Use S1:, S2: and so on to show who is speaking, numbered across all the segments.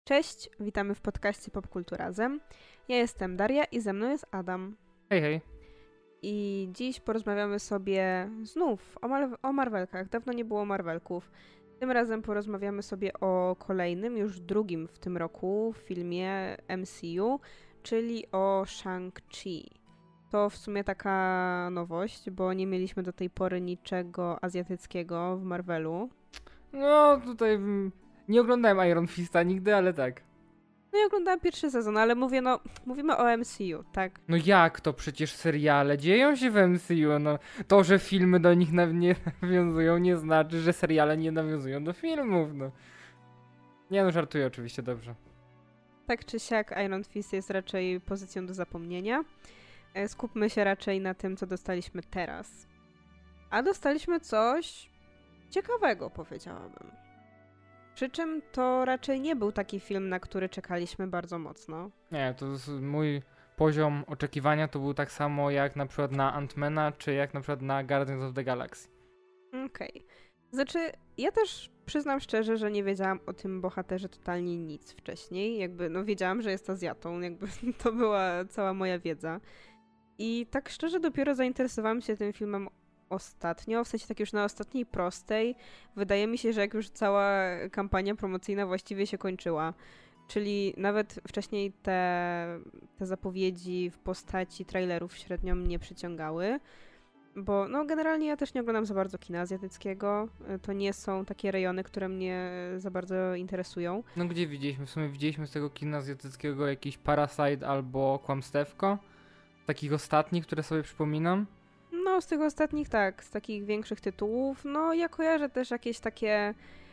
S1: Cześć, witamy w podcaście Popkulturazem. Ja jestem Daria i ze mną jest Adam.
S2: Hej, hej.
S1: I dziś porozmawiamy sobie znów o Marvelkach. Dawno nie było Marvelków. Tym razem porozmawiamy sobie o kolejnym, już drugim w tym roku filmie MCU, czyli o Shang-Chi. To w sumie taka nowość, bo nie mieliśmy do tej pory niczego azjatyckiego w Marvelu.
S2: No, tutaj nie oglądałem Iron Fista nigdy, ale tak.
S1: No i oglądałam pierwszy sezon, ale mówimy o MCU, tak?
S2: No jak to? Przecież seriale dzieją się w MCU, no. To, że filmy do nich nie nawiązują, nie znaczy, że seriale nie nawiązują do filmów, no. Nie no, żartuję oczywiście, dobrze.
S1: Tak czy siak Iron Fist jest raczej pozycją do zapomnienia. Skupmy się raczej na tym, co dostaliśmy teraz. A dostaliśmy coś ciekawego, powiedziałabym. Przy czym to raczej nie był taki film, na który czekaliśmy bardzo mocno.
S2: Nie, to jest mój poziom oczekiwania to był tak samo jak na przykład na Ant-Mana, czy jak na przykład na Guardians of the Galaxy.
S1: Okej. Znaczy, ja też przyznam szczerze, że nie wiedziałam o tym bohaterze totalnie nic wcześniej. Wiedziałam, że jest Azjatą, to była cała moja wiedza. I tak szczerze dopiero zainteresowałam się tym filmem ostatnio, w sensie tak już na ostatniej prostej. Wydaje mi się, że jak już cała kampania promocyjna właściwie się kończyła. Czyli nawet wcześniej te zapowiedzi w postaci trailerów średnio mnie przyciągały. Bo generalnie ja też nie oglądam za bardzo kina azjatyckiego. To nie są takie rejony, które mnie za bardzo interesują.
S2: No gdzie widzieliśmy? W sumie widzieliśmy z tego kina azjatyckiego jakiś Parasite albo Kłamstewko. Takich ostatnich, które sobie przypominam.
S1: No, z tych ostatnich tak, z takich większych tytułów. No, ja kojarzę też jakieś takie,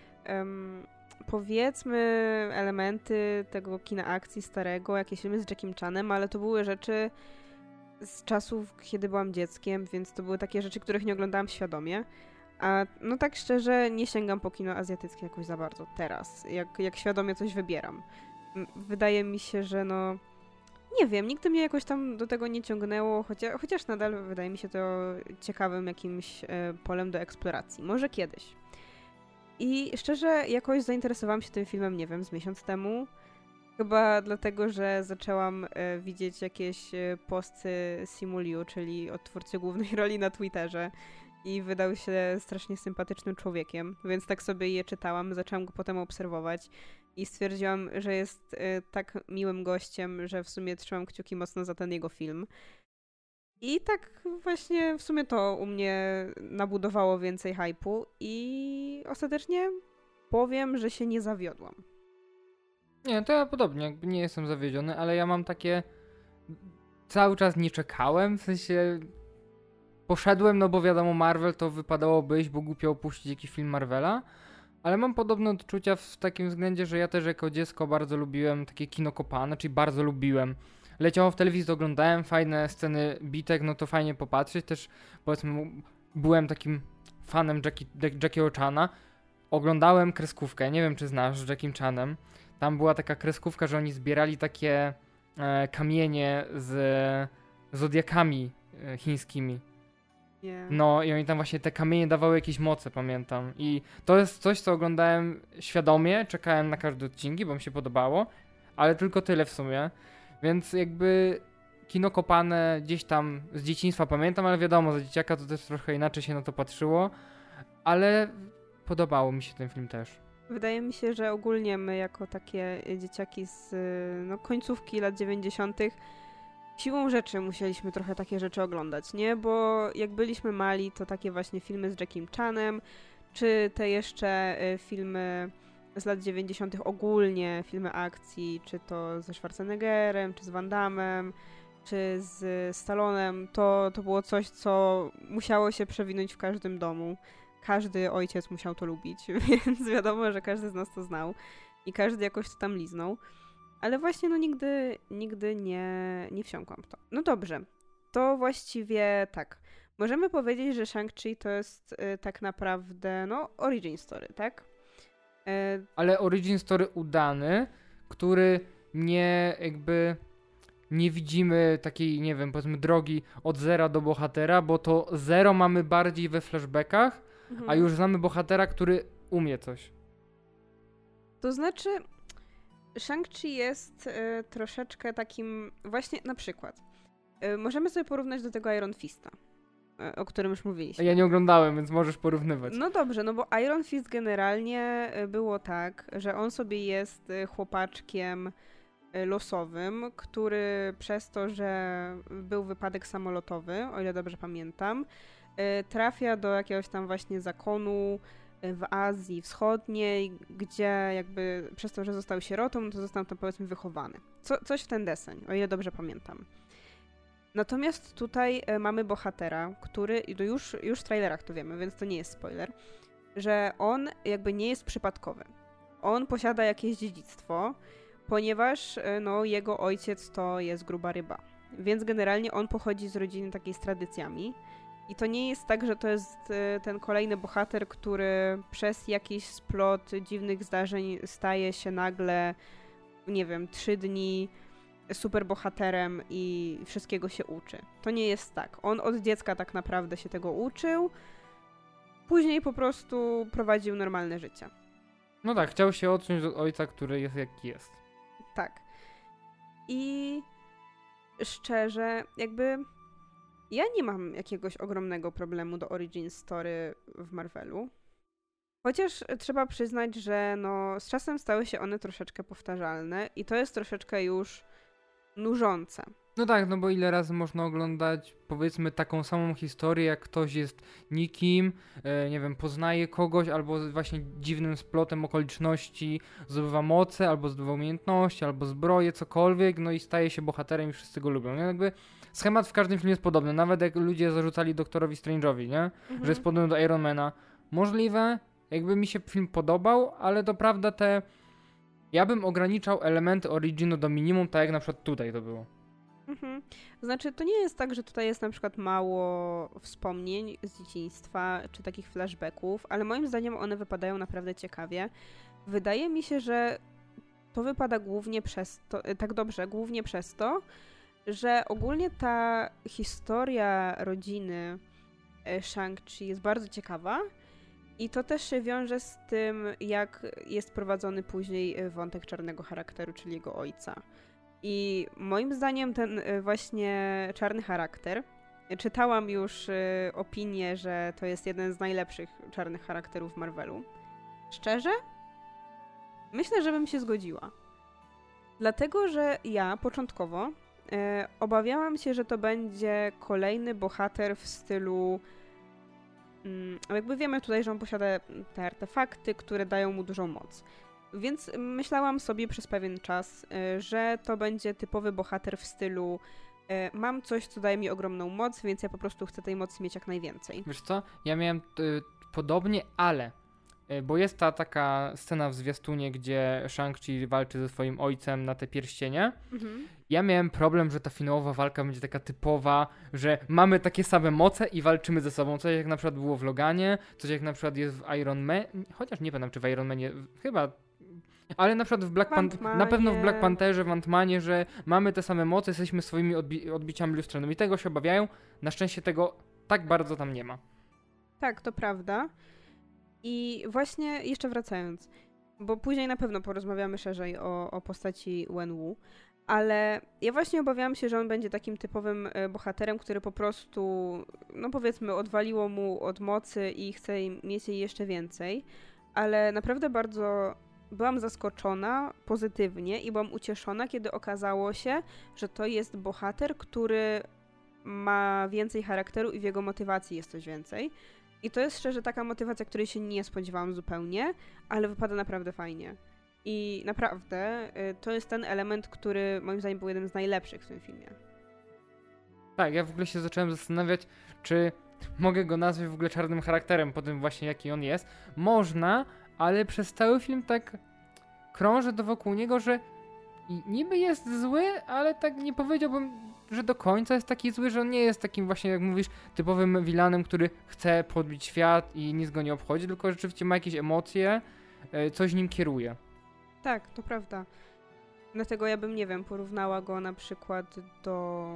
S1: powiedzmy, elementy tego kina akcji starego, jakieś filmy z Jackiem Chanem, ale to były rzeczy z czasów, kiedy byłam dzieckiem, więc to były takie rzeczy, których nie oglądałam świadomie. A no tak szczerze, nie sięgam po kino azjatyckie jakoś za bardzo teraz, jak świadomie coś wybieram. Wydaje mi się, że nie wiem, nigdy mnie jakoś tam do tego nie ciągnęło, chociaż nadal wydaje mi się to ciekawym jakimś polem do eksploracji. Może kiedyś. I szczerze, jakoś zainteresowałam się tym filmem, nie wiem, z miesiąc temu. Chyba dlatego, że zaczęłam widzieć jakieś posty Simu Liu, czyli od twórcy głównej roli na Twitterze. I wydał się strasznie sympatycznym człowiekiem, więc tak sobie je czytałam, zaczęłam go potem obserwować i stwierdziłam, że jest tak miłym gościem, że w sumie trzymam kciuki mocno za ten jego film. I tak właśnie w sumie to u mnie nabudowało więcej hype'u i ostatecznie powiem, że się nie zawiodłam.
S2: Nie, to ja podobnie, jakby nie jestem zawiedziony, ale ja mam takie... Cały czas nie czekałem, w sensie... Poszedłem, no bo wiadomo, Marvel to wypadało być, bo głupio opuścić jakiś film Marvela, ale mam podobne odczucia w takim względzie, że ja też jako dziecko bardzo lubiłem takie kino kopane, czyli bardzo lubiłem. Leciało w telewizji, oglądałem fajne sceny bitek, no to fajnie popatrzeć, też powiedzmy byłem takim fanem Jackiego Chana, oglądałem kreskówkę, nie wiem czy znasz, z Jackiem Chanem, tam była taka kreskówka, że oni zbierali takie kamienie z zodiakami chińskimi.
S1: Nie.
S2: No i oni tam właśnie te kamienie dawały jakieś moce, pamiętam. I to jest coś, co oglądałem świadomie, czekałem na każde odcinki, bo mi się podobało, ale tylko tyle w sumie. Więc jakby kino kopane gdzieś tam z dzieciństwa pamiętam, ale wiadomo, za dzieciaka to też trochę inaczej się na to patrzyło, ale podobało mi się ten film też.
S1: Wydaje mi się, że ogólnie my jako takie dzieciaki z końcówki lat 90. siłą rzeczy musieliśmy trochę takie rzeczy oglądać, nie? Bo jak byliśmy mali, to takie właśnie filmy z Jackiem Chanem, czy te jeszcze filmy z lat 90. ogólnie, filmy akcji, czy to ze Schwarzeneggerem, czy z Van Dammem, czy z Stallonem, to było coś, co musiało się przewinąć w każdym domu. Każdy ojciec musiał to lubić, więc wiadomo, że każdy z nas to znał i każdy jakoś to tam liznął. Ale właśnie nigdy nie wsiąkłam w to. No dobrze, to właściwie tak. Możemy powiedzieć, że Shang-Chi to jest tak naprawdę, origin story, tak?
S2: Ale origin story udany, który nie widzimy takiej, nie wiem, powiedzmy drogi od zera do bohatera, bo to zero mamy bardziej we flashbackach, a już znamy bohatera, który umie coś.
S1: To znaczy, Shang-Chi jest troszeczkę takim, właśnie na przykład, możemy sobie porównać do tego Iron Fista, o którym już mówiliśmy.
S2: Ja nie oglądałem, więc możesz porównywać.
S1: No dobrze, no bo Iron Fist generalnie było tak, że on sobie jest chłopaczkiem losowym, który przez to, że był wypadek samolotowy, o ile dobrze pamiętam, trafia do jakiegoś tam właśnie zakonu w Azji Wschodniej, gdzie jakby przez to, że został sierotą, to został tam powiedzmy wychowany. Coś w ten deseń, o ile dobrze pamiętam. Natomiast tutaj mamy bohatera, który, i to już w trailerach to wiemy, więc to nie jest spoiler, że on jakby nie jest przypadkowy. On posiada jakieś dziedzictwo, ponieważ no, jego ojciec to jest gruba ryba. Więc generalnie on pochodzi z rodziny takiej z tradycjami. I to nie jest tak, że to jest ten kolejny bohater, który przez jakiś splot dziwnych zdarzeń staje się nagle, nie wiem, 3 dni superbohaterem i wszystkiego się uczy. To nie jest tak. On od dziecka tak naprawdę się tego uczył, później po prostu prowadził normalne życie.
S2: No tak, chciał się odciąć od ojca, który jest jaki jest.
S1: Tak. I szczerze, jakby ja nie mam jakiegoś ogromnego problemu do origin story w Marvelu. Chociaż trzeba przyznać, że no, z czasem stały się one troszeczkę powtarzalne i to jest troszeczkę już nużące.
S2: No tak, no bo ile razy można oglądać, powiedzmy, taką samą historię, jak ktoś jest nikim, nie wiem, poznaje kogoś, albo właśnie dziwnym splotem okoliczności zdobywa moce, albo zdobywa umiejętności, albo zbroję, cokolwiek, no i staje się bohaterem i wszyscy go lubią. Nie? Jakby schemat w każdym filmie jest podobny, nawet jak ludzie zarzucali Doktorowi Strange'owi, nie? Że jest podobny do Ironmana. Możliwe, jakby mi się film podobał, ale to prawda ja bym ograniczał elementy originu do minimum, tak jak na przykład tutaj to było.
S1: Znaczy, to nie jest tak, że tutaj jest na przykład mało wspomnień z dzieciństwa, czy takich flashbacków, ale moim zdaniem one wypadają naprawdę ciekawie. Wydaje mi się, że to wypada głównie przez to, tak dobrze, głównie przez to, że ogólnie ta historia rodziny Shang-Chi jest bardzo ciekawa i to też się wiąże z tym, jak jest prowadzony później wątek czarnego charakteru, czyli jego ojca. I moim zdaniem ten właśnie czarny charakter, czytałam już opinię, że to jest jeden z najlepszych czarnych charakterów w Marvelu. Szczerze? Myślę, że bym się zgodziła. Dlatego, że ja początkowo obawiałam się, że to będzie kolejny bohater w stylu jakby wiemy tutaj, że on posiada te artefakty, które dają mu dużą moc. Więc myślałam sobie przez pewien czas, że to będzie typowy bohater w stylu mam coś, co daje mi ogromną moc, więc ja po prostu chcę tej mocy mieć jak najwięcej.
S2: Wiesz co? Ja miałem podobnie, ale bo jest ta taka scena w zwiastunie, gdzie Shang-Chi walczy ze swoim ojcem na te pierścienie. Ja miałem problem, że ta finałowa walka będzie taka typowa, że mamy takie same moce i walczymy ze sobą. Coś jak na przykład było w Loganie, coś jak na przykład jest w Iron Man, chociaż nie pamiętam czy w Iron Manie, chyba, ale na przykład na pewno w Black Pantherze, w Ant-Manie, że mamy te same moce, jesteśmy swoimi odbiciami lustranymi. Tego się obawiają, na szczęście tego tak bardzo tam nie ma.
S1: Tak, to prawda. I właśnie jeszcze wracając, bo później na pewno porozmawiamy szerzej o postaci Wenwu, ale ja właśnie obawiałam się, że on będzie takim typowym bohaterem, który po prostu, no powiedzmy, odwaliło mu od mocy i chce mieć jej jeszcze więcej, ale naprawdę bardzo byłam zaskoczona pozytywnie i byłam ucieszona, kiedy okazało się, że to jest bohater, który ma więcej charakteru i w jego motywacji jest coś więcej. I to jest szczerze taka motywacja, której się nie spodziewałam zupełnie, ale wypada naprawdę fajnie. I naprawdę to jest ten element, który moim zdaniem był jednym z najlepszych w tym filmie.
S2: Tak, ja w ogóle się zacząłem zastanawiać, czy mogę go nazwać w ogóle czarnym charakterem po tym właśnie jaki on jest. Można, ale przez cały film tak krążę wokół niego, że niby jest zły, ale tak nie powiedziałbym, że do końca jest taki zły, że on nie jest takim właśnie, jak mówisz, typowym vilanem, który chce podbić świat i nic go nie obchodzi, tylko rzeczywiście ma jakieś emocje, coś nim kieruje.
S1: Tak, to prawda. Dlatego ja bym, nie wiem, porównała go na przykład do...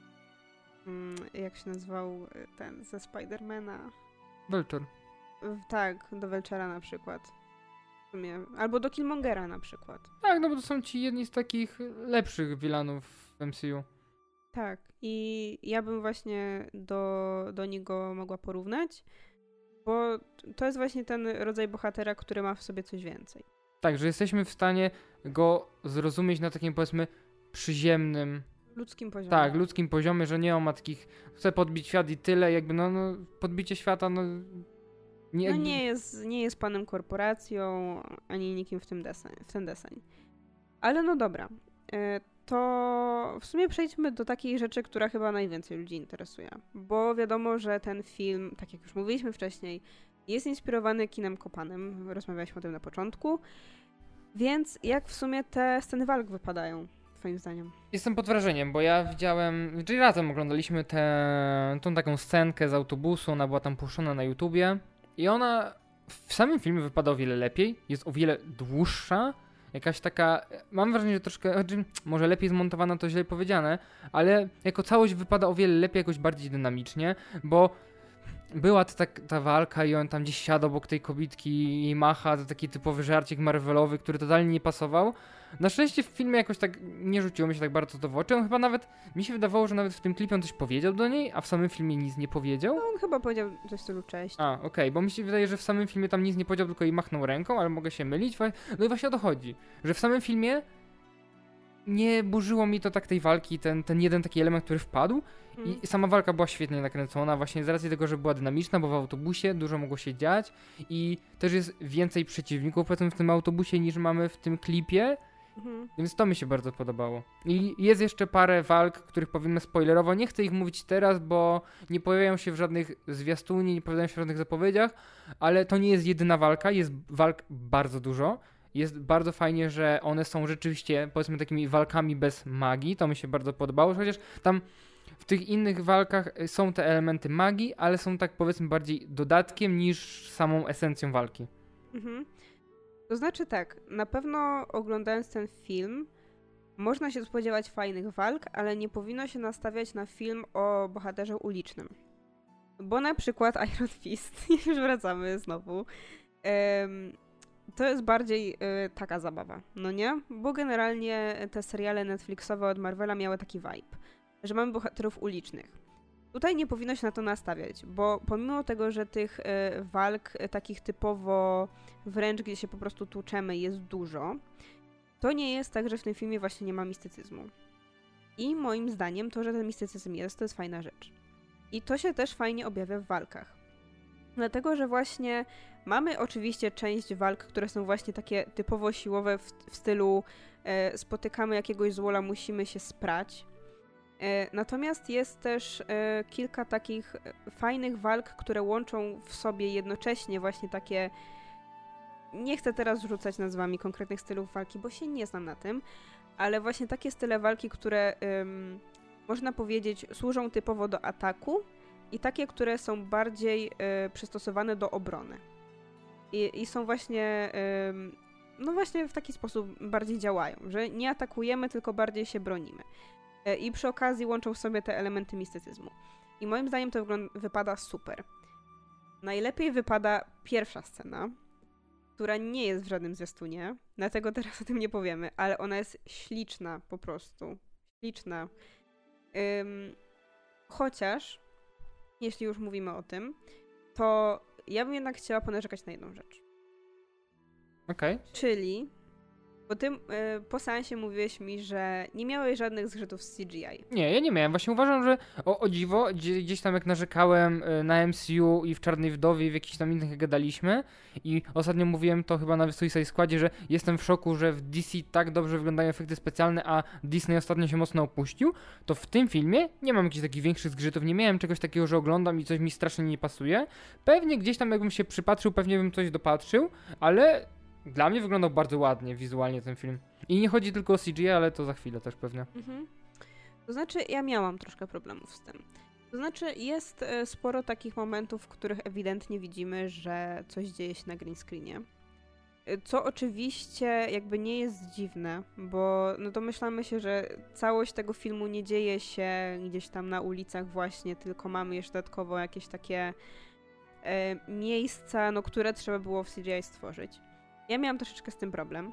S1: jak się nazywał ten ze Spidermana?
S2: Vulture.
S1: Tak, do Vulture'a na przykład. sumie. Albo do Killmongera na przykład.
S2: Tak, no bo to są ci jedni z takich lepszych vilanów w MCU.
S1: Tak, i ja bym właśnie do niego mogła porównać, bo to jest właśnie ten rodzaj bohatera, który ma w sobie coś więcej.
S2: Tak, że jesteśmy w stanie go zrozumieć na takim, powiedzmy, przyziemnym,
S1: Ludzkim poziomie.
S2: tak, ludzkim poziomie, że nie on ma takich, chce podbić świat i tyle, jakby no podbicie świata, nie, jakby...
S1: nie jest panem korporacją, ani nikim w ten deseń. Ale no dobra, to w sumie przejdźmy do takiej rzeczy, która chyba najwięcej ludzi interesuje. Bo wiadomo, że ten film, tak jak już mówiliśmy wcześniej, jest inspirowany kinem kopanym. Rozmawialiśmy o tym na początku. Więc jak w sumie te sceny walk wypadają, twoim zdaniem?
S2: Jestem pod wrażeniem, bo ja widziałem, czyli razem oglądaliśmy tą taką scenkę z autobusu, ona była tam puszczona na YouTubie i ona w samym filmie wypada o wiele lepiej, jest o wiele dłuższa, jakaś taka, mam wrażenie, że troszkę, może lepiej zmontowana to źle powiedziane, ale jako całość wypada o wiele lepiej, jakoś bardziej dynamicznie, bo była ta walka i on tam gdzieś siada obok tej kobitki i macha, to taki typowy żarcik Marvelowy, który totalnie nie pasował. Na szczęście w filmie jakoś tak nie rzuciło mi się tak bardzo to w oczy. On chyba nawet, mi się wydawało, że nawet w tym klipie on coś powiedział do niej, a w samym filmie nic nie powiedział.
S1: No on chyba powiedział coś w stylu cześć.
S2: A, okej, bo mi się wydaje, że w samym filmie tam nic nie powiedział, tylko jej machnął ręką, ale mogę się mylić. No i właśnie o to chodzi, że w samym filmie nie burzyło mi to tak tej walki, ten jeden taki element, który wpadł. I sama walka była świetnie nakręcona, właśnie z racji tego, że była dynamiczna, bo w autobusie dużo mogło się dziać i też jest więcej przeciwników powiedzmy w tym autobusie niż mamy w tym klipie, więc to mi się bardzo podobało. I jest jeszcze parę walk, których powiemy spoilerowo, nie chcę ich mówić teraz, bo nie pojawiają się w żadnych zwiastunie, nie pojawiają się w żadnych zapowiedziach, ale to nie jest jedyna walka, jest walk bardzo dużo. Jest bardzo fajnie, że one są rzeczywiście, powiedzmy, takimi walkami bez magii, to mi się bardzo podobało, chociaż tam w tych innych walkach są te elementy magii, ale są tak, powiedzmy, bardziej dodatkiem niż samą esencją walki.
S1: To znaczy tak, na pewno oglądając ten film można się spodziewać fajnych walk, ale nie powinno się nastawiać na film o bohaterze ulicznym. Bo na przykład Iron Fist, już wracamy znowu, to jest bardziej taka zabawa, no nie? Bo generalnie te seriale Netflixowe od Marvela miały taki vibe, że mamy bohaterów ulicznych. Tutaj nie powinno się na to nastawiać, bo pomimo tego, że tych walk takich typowo wręcz, gdzie się po prostu tłuczemy, jest dużo, to nie jest tak, że w tym filmie właśnie nie ma mistycyzmu. I moim zdaniem to, że ten mistycyzm jest, to jest fajna rzecz. I to się też fajnie objawia w walkach. Dlatego, że właśnie mamy oczywiście część walk, które są właśnie takie typowo siłowe w stylu spotykamy jakiegoś złola, musimy się sprać. Natomiast jest też kilka takich fajnych walk, które łączą w sobie jednocześnie właśnie takie... Nie chcę teraz rzucać nazwami konkretnych stylów walki, bo się nie znam na tym, ale właśnie takie style walki, które można powiedzieć służą typowo do ataku i takie, które są bardziej przystosowane do obrony. I są właśnie... no właśnie w taki sposób bardziej działają, że nie atakujemy, tylko bardziej się bronimy. I przy okazji łączą w sobie te elementy mistycyzmu. I moim zdaniem to wypada super. Najlepiej wypada pierwsza scena, która nie jest w żadnym zwiastunie, dlatego teraz o tym nie powiemy, ale ona jest śliczna po prostu. Śliczna. Chociaż, jeśli już mówimy o tym, to ja bym jednak chciała ponarzekać na jedną rzecz.
S2: Okej.
S1: Czyli... Bo ty po seansie mówiłeś mi, że nie miałeś żadnych zgrzytów z CGI.
S2: Nie, ja nie miałem. Właśnie uważam, że o dziwo, gdzieś tam jak narzekałem na MCU i w Czarnej Wdowie i w jakichś tam innych jak gadaliśmy i ostatnio mówiłem to chyba na Suicide Squadzie, że jestem w szoku, że w DC tak dobrze wyglądają efekty specjalne, a Disney ostatnio się mocno opuścił, to w tym filmie nie mam jakichś takich większych zgrzytów, nie miałem czegoś takiego, że oglądam i coś mi strasznie nie pasuje. Pewnie gdzieś tam jakbym się przypatrzył, pewnie bym coś dopatrzył, ale... Dla mnie wyglądał bardzo ładnie wizualnie ten film. I nie chodzi tylko o CGI, ale to za chwilę też pewnie.
S1: To znaczy, ja miałam troszkę problemów z tym. To znaczy, jest sporo takich momentów, w których ewidentnie widzimy, że coś dzieje się na green screenie. Co oczywiście jakby nie jest dziwne, bo no domyślamy się, że całość tego filmu nie dzieje się gdzieś tam na ulicach właśnie, tylko mamy jeszcze dodatkowo jakieś takie miejsca, no, które trzeba było w CGI stworzyć. Ja miałam troszeczkę z tym problem.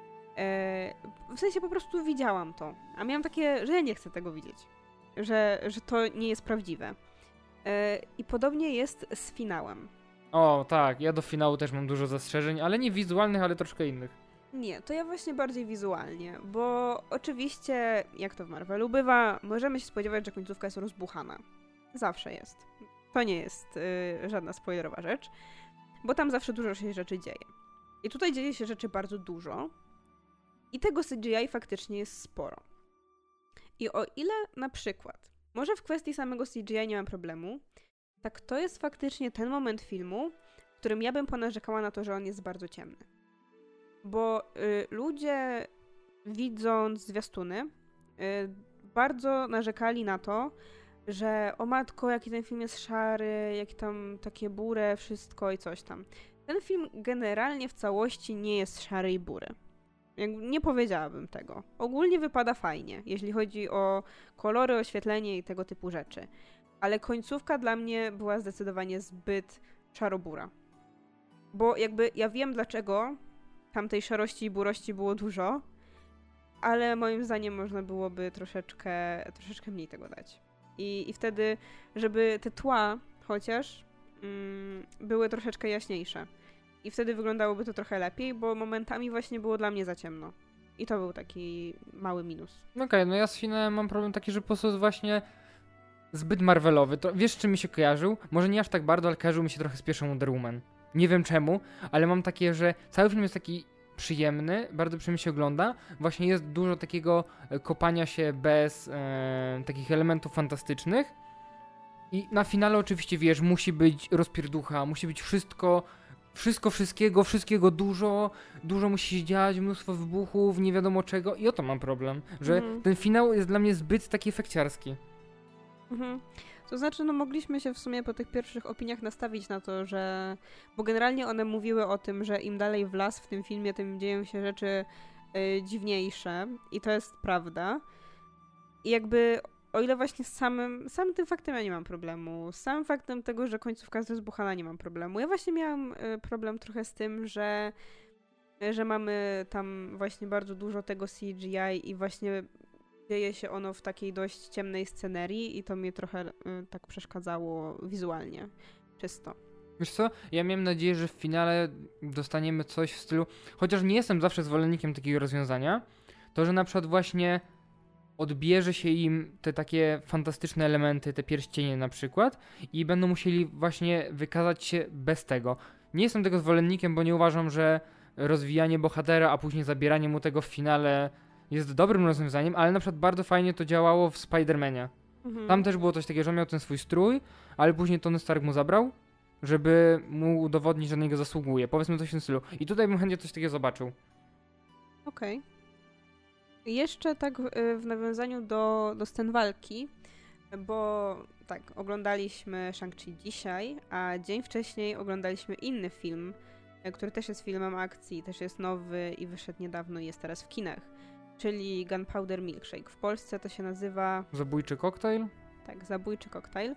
S1: W sensie po prostu widziałam to, a miałam takie, że ja nie chcę tego widzieć. Że to nie jest prawdziwe. I podobnie jest z finałem.
S2: O, tak, ja do finału też mam dużo zastrzeżeń, ale nie wizualnych, ale troszkę innych.
S1: Nie, to ja właśnie bardziej wizualnie, bo oczywiście, jak to w Marvelu bywa, możemy się spodziewać, że końcówka jest rozbuchana. Zawsze jest. To nie jest żadna spoilerowa rzecz, bo tam zawsze dużo się rzeczy dzieje. I tutaj dzieje się rzeczy bardzo dużo i tego CGI faktycznie jest sporo. I o ile na przykład, może w kwestii samego CGI nie mam problemu, tak to jest faktycznie ten moment filmu, w którym ja bym ponarzekała na to, że on jest bardzo ciemny. Bo ludzie, widząc zwiastuny, bardzo narzekali na to, że o matko, jaki ten film jest szary, jak tam takie burę, wszystko i coś tam. Ten film generalnie w całości nie jest szary i bury. Nie powiedziałabym tego. Ogólnie wypada fajnie, jeśli chodzi o kolory, oświetlenie i tego typu rzeczy. Ale końcówka dla mnie była zdecydowanie zbyt szarobura. Bo jakby ja wiem, dlaczego tamtej szarości i burości było dużo, ale moim zdaniem można byłoby troszeczkę mniej tego dać. I wtedy, żeby te tła chociaż były troszeczkę jaśniejsze. I wtedy wyglądałoby to trochę lepiej, bo momentami właśnie było dla mnie za ciemno. I to był taki mały minus.
S2: Okej, no ja z finałem mam problem taki, że po prostu jest właśnie zbyt Marvelowy. To, wiesz, czym mi się kojarzył? Może nie aż tak bardzo, ale kojarzył mi się trochę z pierwszą Wonder Woman. Nie wiem czemu, ale mam takie, że cały film jest taki przyjemny, bardzo przyjemnie się ogląda. Właśnie jest dużo takiego kopania się bez takich elementów fantastycznych. I na finale oczywiście, wiesz, musi być rozpierducha, musi być wszystkiego dużo musi się dziać, mnóstwo wybuchów, nie wiadomo czego i o to mam problem, że ten finał jest dla mnie zbyt taki efekciarski.
S1: To znaczy, no mogliśmy się w sumie po tych pierwszych opiniach nastawić na to, że... Bo generalnie one mówiły o tym, że im dalej w las w tym filmie, tym dzieją się rzeczy dziwniejsze i to jest prawda. I jakby o ile właśnie z samym tym faktem ja nie mam problemu, z samym faktem tego, że końcówka jest rozbuchana, nie mam problemu. Ja właśnie miałam problem trochę z tym, że mamy tam właśnie bardzo dużo tego CGI i właśnie dzieje się ono w takiej dość ciemnej scenerii i to mnie trochę tak przeszkadzało wizualnie, czysto.
S2: Wiesz co, ja miałem nadzieję, że w finale dostaniemy coś w stylu, chociaż nie jestem zawsze zwolennikiem takiego rozwiązania, to że na przykład właśnie odbierze się im te takie fantastyczne elementy, te pierścienie na przykład i będą musieli właśnie wykazać się bez tego. Nie jestem tego zwolennikiem, bo nie uważam, że rozwijanie bohatera, a później zabieranie mu tego w finale jest dobrym rozwiązaniem, ale na przykład bardzo fajnie to działało w Spider-Manie. Tam też było coś takiego, że on miał ten swój strój, ale później Tony Stark mu zabrał, żeby mu udowodnić, że na niego zasługuje. Powiedzmy coś w tym stylu. I tutaj bym chętnie coś takiego zobaczył.
S1: Okej. Jeszcze tak w nawiązaniu do scen walki, bo tak, oglądaliśmy Shang-Chi dzisiaj, a dzień wcześniej oglądaliśmy inny film, który też jest filmem akcji, też jest nowy i wyszedł niedawno i jest teraz w kinach, czyli Gunpowder Milkshake. W Polsce to się nazywa...
S2: Zabójczy koktajl?
S1: Tak, Zabójczy koktajl.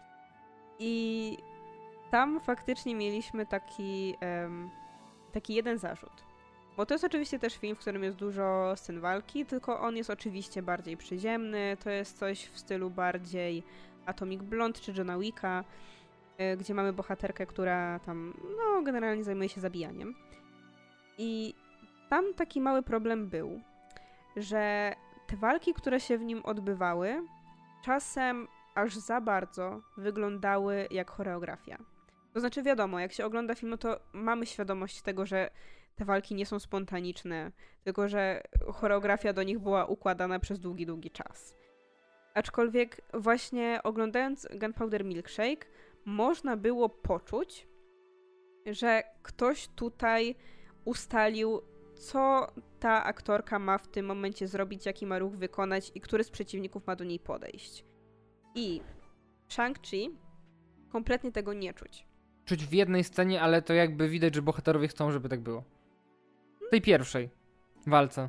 S1: I tam faktycznie mieliśmy taki jeden zarzut. Bo to jest oczywiście też film, w którym jest dużo scen walki, tylko on jest oczywiście bardziej przyziemny, to jest coś w stylu bardziej Atomic Blonde czy Johna Wicka, gdzie mamy bohaterkę, która tam, no, generalnie zajmuje się zabijaniem. I tam taki mały problem był, że te walki, które się w nim odbywały, czasem aż za bardzo wyglądały jak choreografia. To znaczy wiadomo, jak się ogląda film, no to mamy świadomość tego, że te walki nie są spontaniczne, tylko że choreografia do nich była układana przez długi, długi czas. Aczkolwiek właśnie oglądając Gunpowder Milkshake można było poczuć, że ktoś tutaj ustalił, co ta aktorka ma w tym momencie zrobić, jaki ma ruch wykonać i który z przeciwników ma do niej podejść. I w Shang-Chi kompletnie tego nie czuć.
S2: Czuć w jednej scenie, ale to jakby widać, że bohaterowie chcą, żeby tak było. W tej pierwszej walce.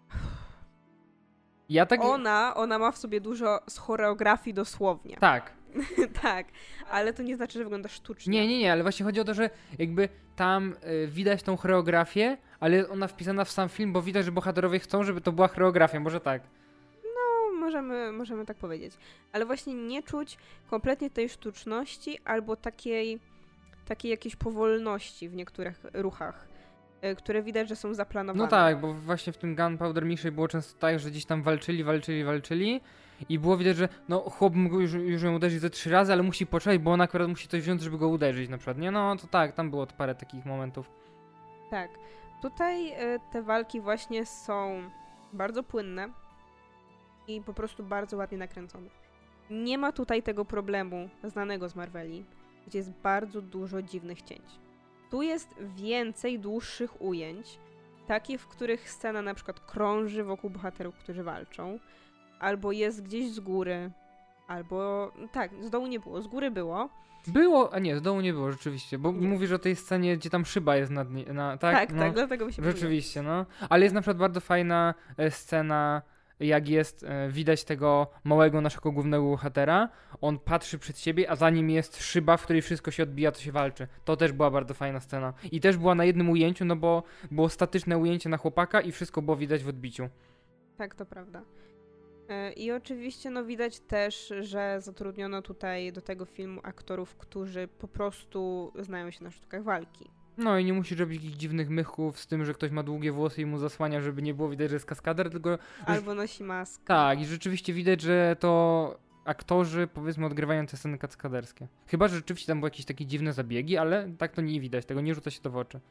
S1: Ona ma w sobie dużo z choreografii dosłownie.
S2: Tak.
S1: Tak, ale to nie znaczy, że wygląda sztucznie.
S2: Nie, ale właśnie chodzi o to, że jakby tam widać tą choreografię, ale jest ona wpisana w sam film, bo widać, że bohaterowie chcą, żeby to była choreografia, może tak.
S1: No, możemy tak powiedzieć. Ale właśnie nie czuć kompletnie tej sztuczności albo takiej jakiejś powolności w niektórych ruchach, które widać, że są zaplanowane.
S2: No tak, bo właśnie w tym Gunpowder Mission było często tak, że gdzieś tam walczyli i było widać, że no chłop mógł już ją uderzyć ze 3 razy, ale musi poczekać, bo on akurat musi coś wziąć, żeby go uderzyć na przykład, nie? No to tak, tam było parę takich momentów.
S1: Tak. Tutaj te walki właśnie są bardzo płynne i po prostu bardzo ładnie nakręcone. Nie ma tutaj tego problemu znanego z Marveli, gdzie jest bardzo dużo dziwnych cięć. Tu jest więcej dłuższych ujęć, takich, w których scena na przykład krąży wokół bohaterów, którzy walczą, albo jest gdzieś z góry, albo... Tak, z dołu nie było, z góry było.
S2: Było, a nie, z dołu nie było rzeczywiście, bo
S1: Nie.
S2: mówisz o tej scenie, gdzie tam szyba jest tak?
S1: Tak,
S2: No,
S1: tak, dlatego mi się
S2: rzeczywiście, no. Ale jest na przykład bardzo fajna scena, jak jest, widać tego małego naszego głównego bohatera, on patrzy przed siebie, a za nim jest szyba, w której wszystko się odbija, to się walczy. To też była bardzo fajna scena. I też była na jednym ujęciu, no bo było statyczne ujęcie na chłopaka i wszystko było widać w odbiciu.
S1: Tak, to prawda. I oczywiście no widać też, że zatrudniono tutaj do tego filmu aktorów, którzy po prostu znają się na sztukach walki.
S2: No i nie musisz robić jakichś dziwnych mychów z tym, że ktoś ma długie włosy i mu zasłania, żeby nie było widać, że jest kaskader, tylko...
S1: Albo nosi maskę.
S2: Tak, i rzeczywiście widać, że to aktorzy, powiedzmy, odgrywają te sceny kaskaderskie. Chyba, że rzeczywiście tam były jakieś takie dziwne zabiegi, ale tak to nie widać, tego nie rzuca się to w oczy.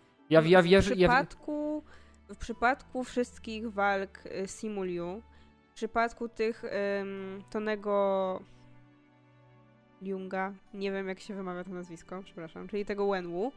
S1: W przypadku wszystkich walk Simu Liu, w przypadku tych Tonego Leunga, nie wiem jak się wymawia to nazwisko, przepraszam, czyli tego Wenwu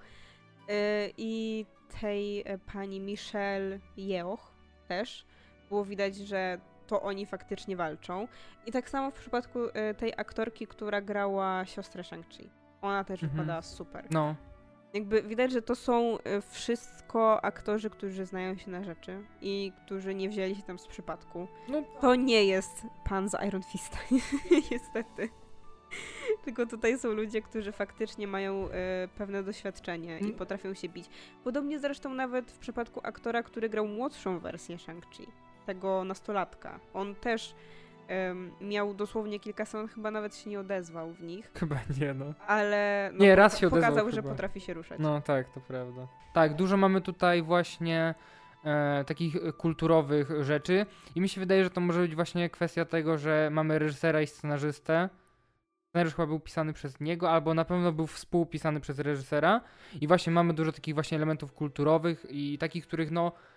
S1: i tej pani Michelle Yeoh też było widać, że to oni faktycznie walczą. I tak samo w przypadku tej aktorki, która grała siostrę Shang-Chi. Ona też wypadała super.
S2: No.
S1: Jakby widać, że to są wszystko aktorzy, którzy znają się na rzeczy i którzy nie wzięli się tam z przypadku. No. To nie jest pan z Iron Fista, niestety. Tylko tutaj są ludzie, którzy faktycznie mają pewne doświadczenie i potrafią się bić. Podobnie zresztą nawet w przypadku aktora, który grał młodszą wersję Shang-Chi, tego nastolatka. On też miał dosłownie kilka scen, chyba nawet się nie odezwał w nich.
S2: Chyba nie, no.
S1: Ale
S2: nie, raz się
S1: pokazał,
S2: odezwał
S1: że
S2: chyba.
S1: potrafi się ruszać.
S2: No tak, to prawda. Tak, dużo mamy tutaj właśnie takich kulturowych rzeczy i mi się wydaje, że to może być właśnie kwestia tego, że mamy reżysera i scenarzystę. Scenariusz chyba był pisany przez niego, albo na pewno był współpisany przez reżysera i właśnie mamy dużo takich właśnie elementów kulturowych i takich, których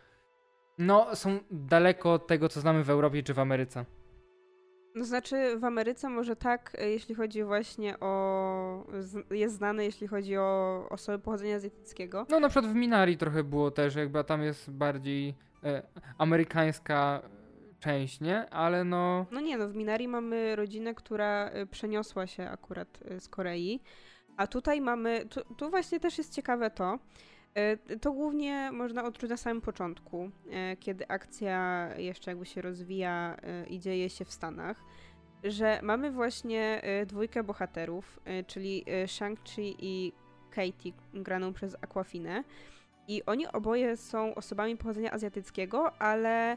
S2: no są daleko od tego, co znamy w Europie czy w Ameryce.
S1: No znaczy w Ameryce może tak, jeśli chodzi właśnie jest znany, jeśli chodzi o osoby pochodzenia azjatyckiego.
S2: No na przykład w Minari trochę było też, jakby tam jest bardziej amerykańska część, nie? Ale no...
S1: No nie, no w Minari mamy rodzinę, która przeniosła się akurat z Korei, a tutaj mamy, tu właśnie też jest ciekawe to głównie można odczuć na samym początku, kiedy akcja jeszcze jakby się rozwija i dzieje się w Stanach, że mamy właśnie dwójkę bohaterów, czyli Shang-Chi i Katie, graną przez Awkwafinę. I oni oboje są osobami pochodzenia azjatyckiego, ale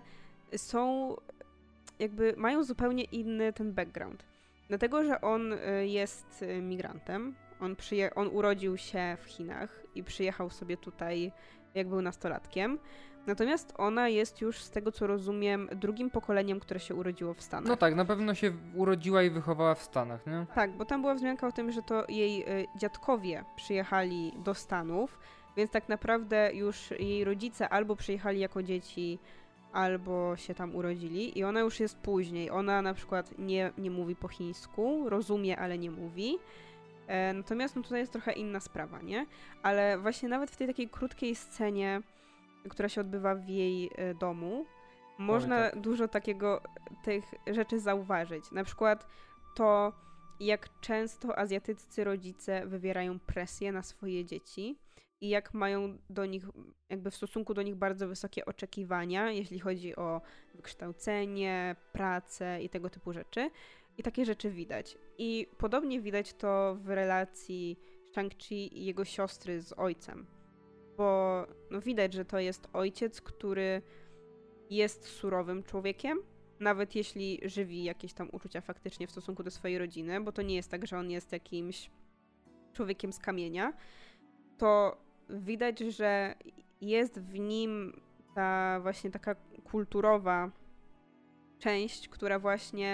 S1: mają zupełnie inny ten background. Dlatego, że on jest migrantem, on urodził się w Chinach i przyjechał sobie tutaj, jak był nastolatkiem. Natomiast ona jest już, z tego co rozumiem, drugim pokoleniem, które się urodziło w Stanach.
S2: No tak, na pewno się urodziła i wychowała w Stanach, nie?
S1: Tak, bo tam była wzmianka o tym, że to jej dziadkowie przyjechali do Stanów, więc tak naprawdę już jej rodzice albo przyjechali jako dzieci, albo się tam urodzili i ona już jest później. Ona na przykład nie mówi po chińsku, rozumie, ale nie mówi. Natomiast no tutaj jest trochę inna sprawa, nie? Ale właśnie nawet w tej takiej krótkiej scenie, która się odbywa w jej domu, można dużo tych rzeczy zauważyć. Na przykład to, jak często azjatyccy rodzice wywierają presję na swoje dzieci i jak mają do nich, jakby w stosunku do nich bardzo wysokie oczekiwania, jeśli chodzi o wykształcenie, pracę i tego typu rzeczy. i takie rzeczy widać. I podobnie widać to w relacji Shang-Chi i jego siostry z ojcem. Bo no, widać, że to jest ojciec, który jest surowym człowiekiem, nawet jeśli żywi jakieś tam uczucia faktycznie w stosunku do swojej rodziny, bo to nie jest tak, że on jest jakimś człowiekiem z kamienia, to widać, że jest w nim ta właśnie taka kulturowa część, która właśnie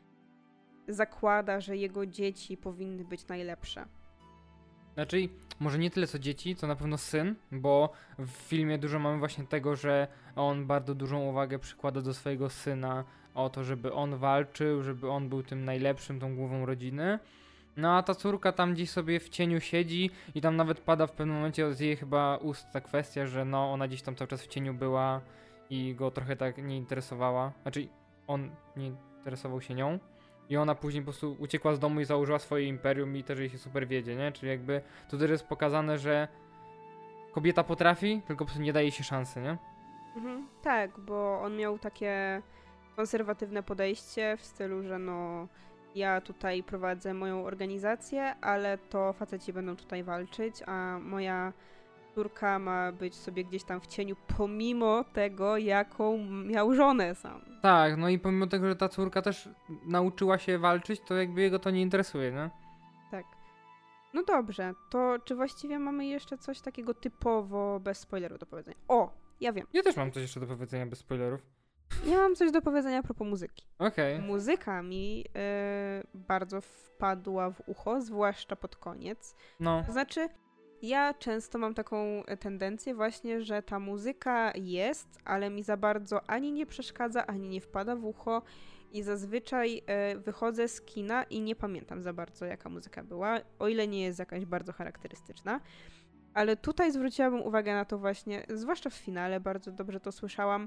S1: zakłada, że jego dzieci powinny być najlepsze.
S2: Znaczy, może nie tyle co dzieci, co na pewno syn, bo w filmie dużo mamy właśnie tego, że on bardzo dużą uwagę przykłada do swojego syna, o to, żeby on walczył, żeby on był tym najlepszym, tą głową rodziny. No a ta córka tam gdzieś sobie w cieniu siedzi i tam nawet pada w pewnym momencie z jej chyba ust ta kwestia, że no ona gdzieś tam cały czas w cieniu była i go trochę tak nie interesowała. Znaczy, on nie interesował się nią. I ona później po prostu uciekła z domu i założyła swoje imperium i też jej się super wiedzie, nie? Czyli jakby to też jest pokazane, że kobieta potrafi, tylko po prostu nie daje jej się szansy, nie?
S1: Tak, bo on miał takie konserwatywne podejście w stylu, że no ja tutaj prowadzę moją organizację, ale to faceci będą tutaj walczyć, a moja córka ma być sobie gdzieś tam w cieniu pomimo tego, jaką miał żonę sam.
S2: Tak, no i pomimo tego, że ta córka też nauczyła się walczyć, to jakby jego to nie interesuje, nie?
S1: Tak. No dobrze, to czy właściwie mamy jeszcze coś takiego typowo bez spoileru do powiedzenia? O, ja wiem.
S2: Ja też mam coś jeszcze do powiedzenia bez spoilerów.
S1: Ja mam coś do powiedzenia a propos muzyki.
S2: Okej.
S1: Muzyka mi bardzo wpadła w ucho, zwłaszcza pod koniec.
S2: No.
S1: To znaczy, ja często mam taką tendencję właśnie, że ta muzyka jest, ale mi za bardzo ani nie przeszkadza, ani nie wpada w ucho i zazwyczaj wychodzę z kina i nie pamiętam za bardzo, jaka muzyka była, o ile nie jest jakaś bardzo charakterystyczna. Ale tutaj zwróciłabym uwagę na to właśnie, zwłaszcza w finale, bardzo dobrze to słyszałam,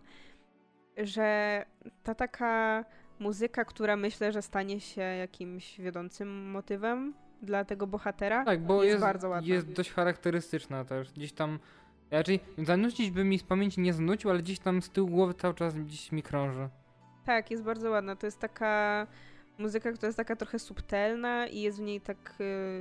S1: że ta taka muzyka, która myślę, że stanie się jakimś wiodącym motywem dla tego bohatera,
S2: Tak, bo jest
S1: bardzo ładna.
S2: Jest dość charakterystyczna też. Gdzieś tam, raczej zanucić by mi z pamięci nie zanucił, ale gdzieś tam z tyłu głowy cały czas gdzieś mi krąży.
S1: Tak, jest bardzo ładna. To jest taka muzyka, która jest taka trochę subtelna i jest w niej tak...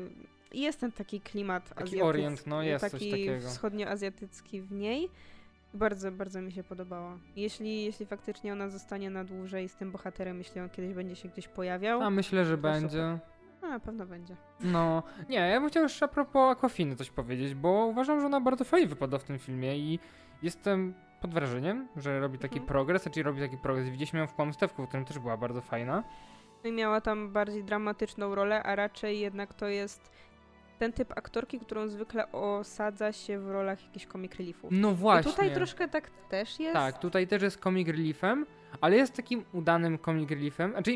S1: jest ten taki klimat
S2: Taki
S1: azjatycki.
S2: orient, no jest
S1: taki
S2: coś takiego.
S1: wschodnioazjatycki w niej. Bardzo, bardzo mi się podobała. Jeśli faktycznie ona zostanie na dłużej z tym bohaterem, jeśli on kiedyś będzie się gdzieś pojawiał...
S2: A myślę, że
S1: to
S2: będzie.
S1: A, na pewno będzie.
S2: No, nie, ja bym chciał jeszcze a propos Awkwafiny coś powiedzieć, bo uważam, że ona bardzo fajnie wypada w tym filmie i jestem pod wrażeniem, że robi taki progres, znaczy robi taki progres. Widzieliśmy ją w Kłamstewku, w którym też była bardzo fajna.
S1: I miała tam bardziej dramatyczną rolę, a raczej jednak to jest ten typ aktorki, którą zwykle osadza się w rolach jakichś comic reliefów.
S2: No właśnie.
S1: I tutaj troszkę tak też jest.
S2: Tak, tutaj też jest comic reliefem, ale jest takim udanym comic reliefem, znaczy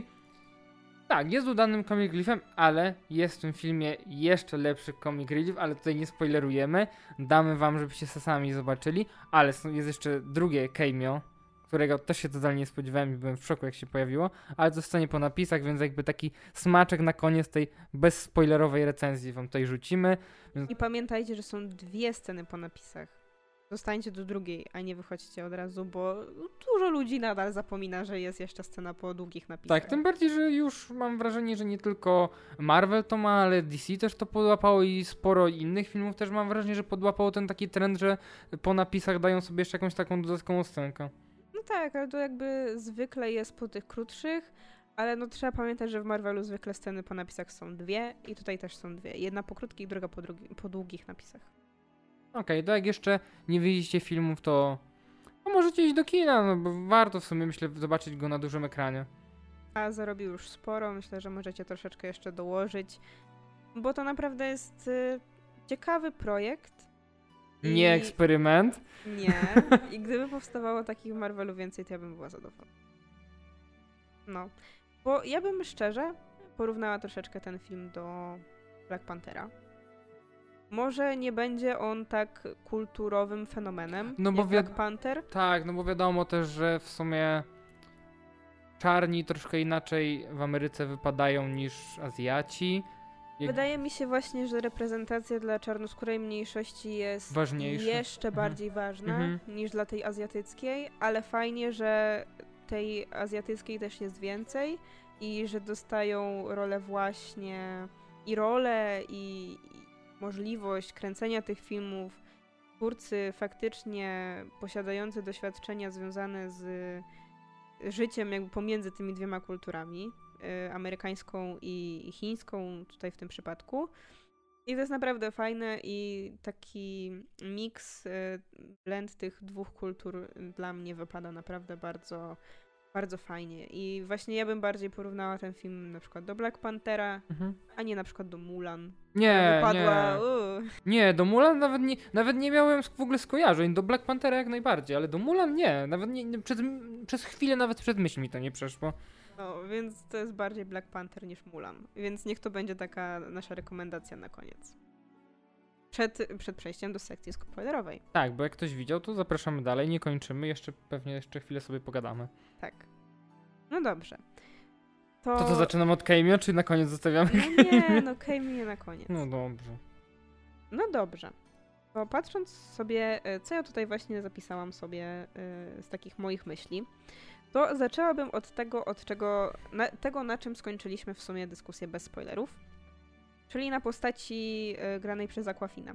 S2: tak, jest udanym comic reliefem, ale jest w tym filmie jeszcze lepszy comic relief, ale tutaj nie spoilerujemy, damy wam, żebyście sami zobaczyli, ale jest jeszcze drugie cameo, którego też się totalnie nie spodziewałem i byłem w szoku jak się pojawiło, ale to zostanie po napisach, więc jakby taki smaczek na koniec tej bezspoilerowej recenzji wam tutaj rzucimy.
S1: I pamiętajcie, że są 2 sceny po napisach. Zostańcie do drugiej, a nie wychodźcie od razu, bo dużo ludzi nadal zapomina, że jest jeszcze scena po długich napisach.
S2: Tak, tym bardziej, że już mam wrażenie, że nie tylko Marvel to ma, ale DC też to podłapało i sporo innych filmów też mam wrażenie, że podłapało ten taki trend, że po napisach dają sobie jeszcze jakąś taką dodatkową scenkę.
S1: No tak, ale to jakby zwykle jest po tych krótszych, ale no trzeba pamiętać, że w Marvelu zwykle sceny po napisach są 2 i tutaj też są 2. Jedna po krótkich, druga po długich napisach.
S2: Okej, to jak jeszcze nie widzieliście filmów, to możecie iść do kina, no bo warto w sumie, myślę, zobaczyć go na dużym ekranie.
S1: A zarobił już sporo, myślę, że możecie troszeczkę jeszcze dołożyć, bo to naprawdę jest ciekawy projekt.
S2: Nie eksperyment.
S1: Nie. I gdyby powstawało takich w Marvelu więcej, to ja bym była zadowolona. No. Bo ja bym szczerze porównała troszeczkę ten film do Black Panthera. Może nie będzie on tak kulturowym fenomenem
S2: No bo
S1: jak Black Panther.
S2: Tak, no bo wiadomo też, że w sumie czarni troszkę inaczej w Ameryce wypadają niż Azjaci.
S1: Wydaje mi się właśnie, że reprezentacja dla czarnoskórej mniejszości jest jeszcze bardziej ważna niż dla tej azjatyckiej, ale fajnie, że tej azjatyckiej też jest więcej i że dostają rolę właśnie i możliwość kręcenia tych filmów twórcy faktycznie posiadający doświadczenia związane z życiem jakby pomiędzy tymi dwiema kulturami, amerykańską i chińską tutaj w tym przypadku. I to jest naprawdę fajne i taki miks, blend tych dwóch kultur dla mnie wypada naprawdę bardzo, bardzo fajnie. I właśnie ja bym bardziej porównała ten film na przykład do Black Panthera, a nie na przykład do Mulan.
S2: Nie, do Mulan nawet nie miałem w ogóle skojarzeń. Do Black Panthera jak najbardziej, ale do Mulan nie. Nawet nie, przez chwilę nawet przed myśl mi to nie przeszło.
S1: No, więc to jest bardziej Black Panther niż Mulan. Więc niech to będzie taka nasza rekomendacja na koniec. Przed przejściem do sekcji spoilerowej.
S2: Tak, bo jak ktoś widział, to zapraszamy dalej, nie kończymy, pewnie jeszcze chwilę sobie pogadamy.
S1: Tak. No dobrze.
S2: To zaczynam od Cameo, czy na koniec zostawiamy?
S1: No nie, no Cameo na koniec.
S2: No dobrze.
S1: No dobrze. Bo patrząc sobie, co ja tutaj właśnie zapisałam sobie z takich moich myśli, to zaczęłabym od tego, na czym skończyliśmy w sumie dyskusję bez spoilerów, czyli na postaci granej przez Awkwafina.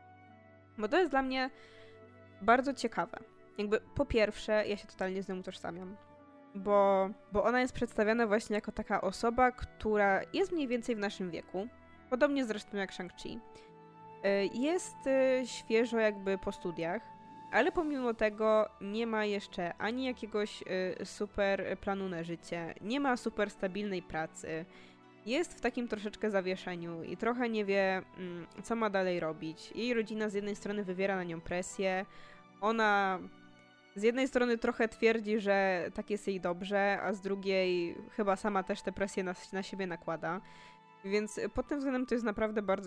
S1: Bo to jest dla mnie bardzo ciekawe. Jakby po pierwsze, ja się totalnie z nią utożsamiam, bo ona jest przedstawiana właśnie jako taka osoba, która jest mniej więcej w naszym wieku, podobnie zresztą jak Shang-Chi. Jest świeżo jakby po studiach, ale pomimo tego nie ma jeszcze ani jakiegoś super planu na życie, nie ma super stabilnej pracy, jest w takim troszeczkę zawieszeniu i trochę nie wie, co ma dalej robić. Jej rodzina z jednej strony wywiera na nią presję, ona z jednej strony trochę twierdzi, że tak jest jej dobrze, a z drugiej chyba sama też tę presję na siebie nakłada. Więc pod tym względem to jest naprawdę bardzo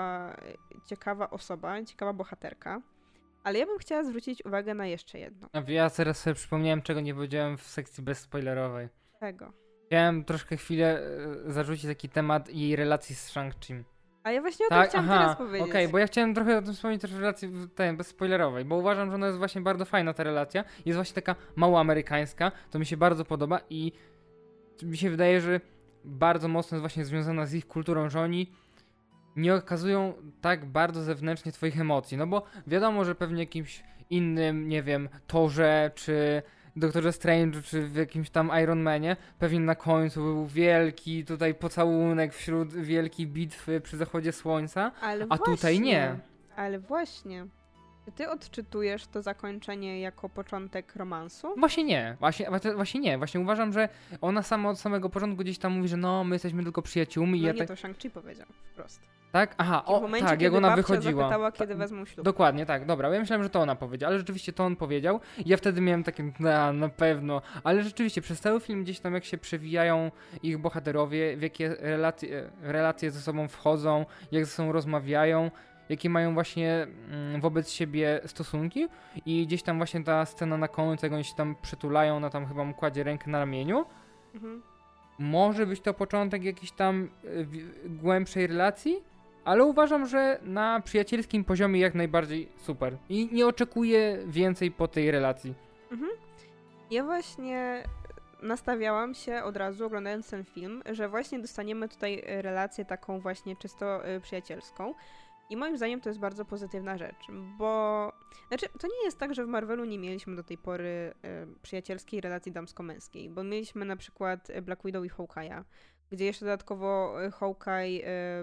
S1: ciekawa osoba, ciekawa bohaterka. Ale ja bym chciała zwrócić uwagę na jeszcze jedno.
S2: Ja teraz sobie przypomniałem, czego nie powiedziałem w sekcji bezspoilerowej.
S1: Czego?
S2: Chciałem troszkę chwilę zarzucić taki temat jej relacji z Shang-Chi.
S1: A ja właśnie o tym chciałam teraz powiedzieć.
S2: Okej, bo ja chciałem trochę o tym wspomnieć też w relacji bezspoilerowej, bo uważam, że ona jest właśnie bardzo fajna, ta relacja. Jest właśnie taka mało amerykańska, to mi się bardzo podoba i mi się wydaje, że bardzo mocno jest właśnie związana z ich kulturą, że oni nie okazują tak bardzo zewnętrznie twoich emocji, no bo wiadomo, że pewnie jakimś innym, nie wiem, Thorze, czy Doktorze Strange, czy w jakimś tam Iron Manie, pewnie na końcu był wielki tutaj pocałunek wśród wielkiej bitwy przy zachodzie słońca, a tutaj nie.
S1: Ale właśnie. Czy ty odczytujesz to zakończenie jako początek romansu?
S2: Właśnie nie. Właśnie nie. Właśnie uważam, że ona sama od samego początku gdzieś tam mówi, że no, my jesteśmy tylko przyjaciółmi.
S1: No
S2: i
S1: nie, to Shang-Chi powiedział wprost.
S2: Tak? Aha,
S1: w momencie,
S2: tak, jak ona wychodziła.
S1: Zapytała, kiedy wezmą ślub.
S2: Dokładnie, tak, dobra. Ja myślałem, że to ona powiedziała, ale rzeczywiście to on powiedział. I ja wtedy miałem takie, na pewno. Ale rzeczywiście, przez cały film gdzieś tam jak się przewijają ich bohaterowie, w jakie relacje ze sobą wchodzą, jak ze sobą rozmawiają, jakie mają właśnie wobec siebie stosunki. I gdzieś tam właśnie ta scena na końcu, jak oni się tam przytulają, ona tam chyba mu kładzie rękę na ramieniu. Mhm. Może być to początek jakiejś tam głębszej relacji, ale uważam, że na przyjacielskim poziomie jak najbardziej super. I nie oczekuję więcej po tej relacji.
S1: Mhm. Ja właśnie nastawiałam się od razu, oglądając ten film, że właśnie dostaniemy tutaj relację taką właśnie czysto przyjacielską. I moim zdaniem to jest bardzo pozytywna rzecz, bo... Znaczy, to nie jest tak, że w Marvelu nie mieliśmy do tej pory przyjacielskiej relacji damsko-męskiej, bo mieliśmy na przykład Black Widow i Hawkeye'a, gdzie jeszcze dodatkowo Hawkeye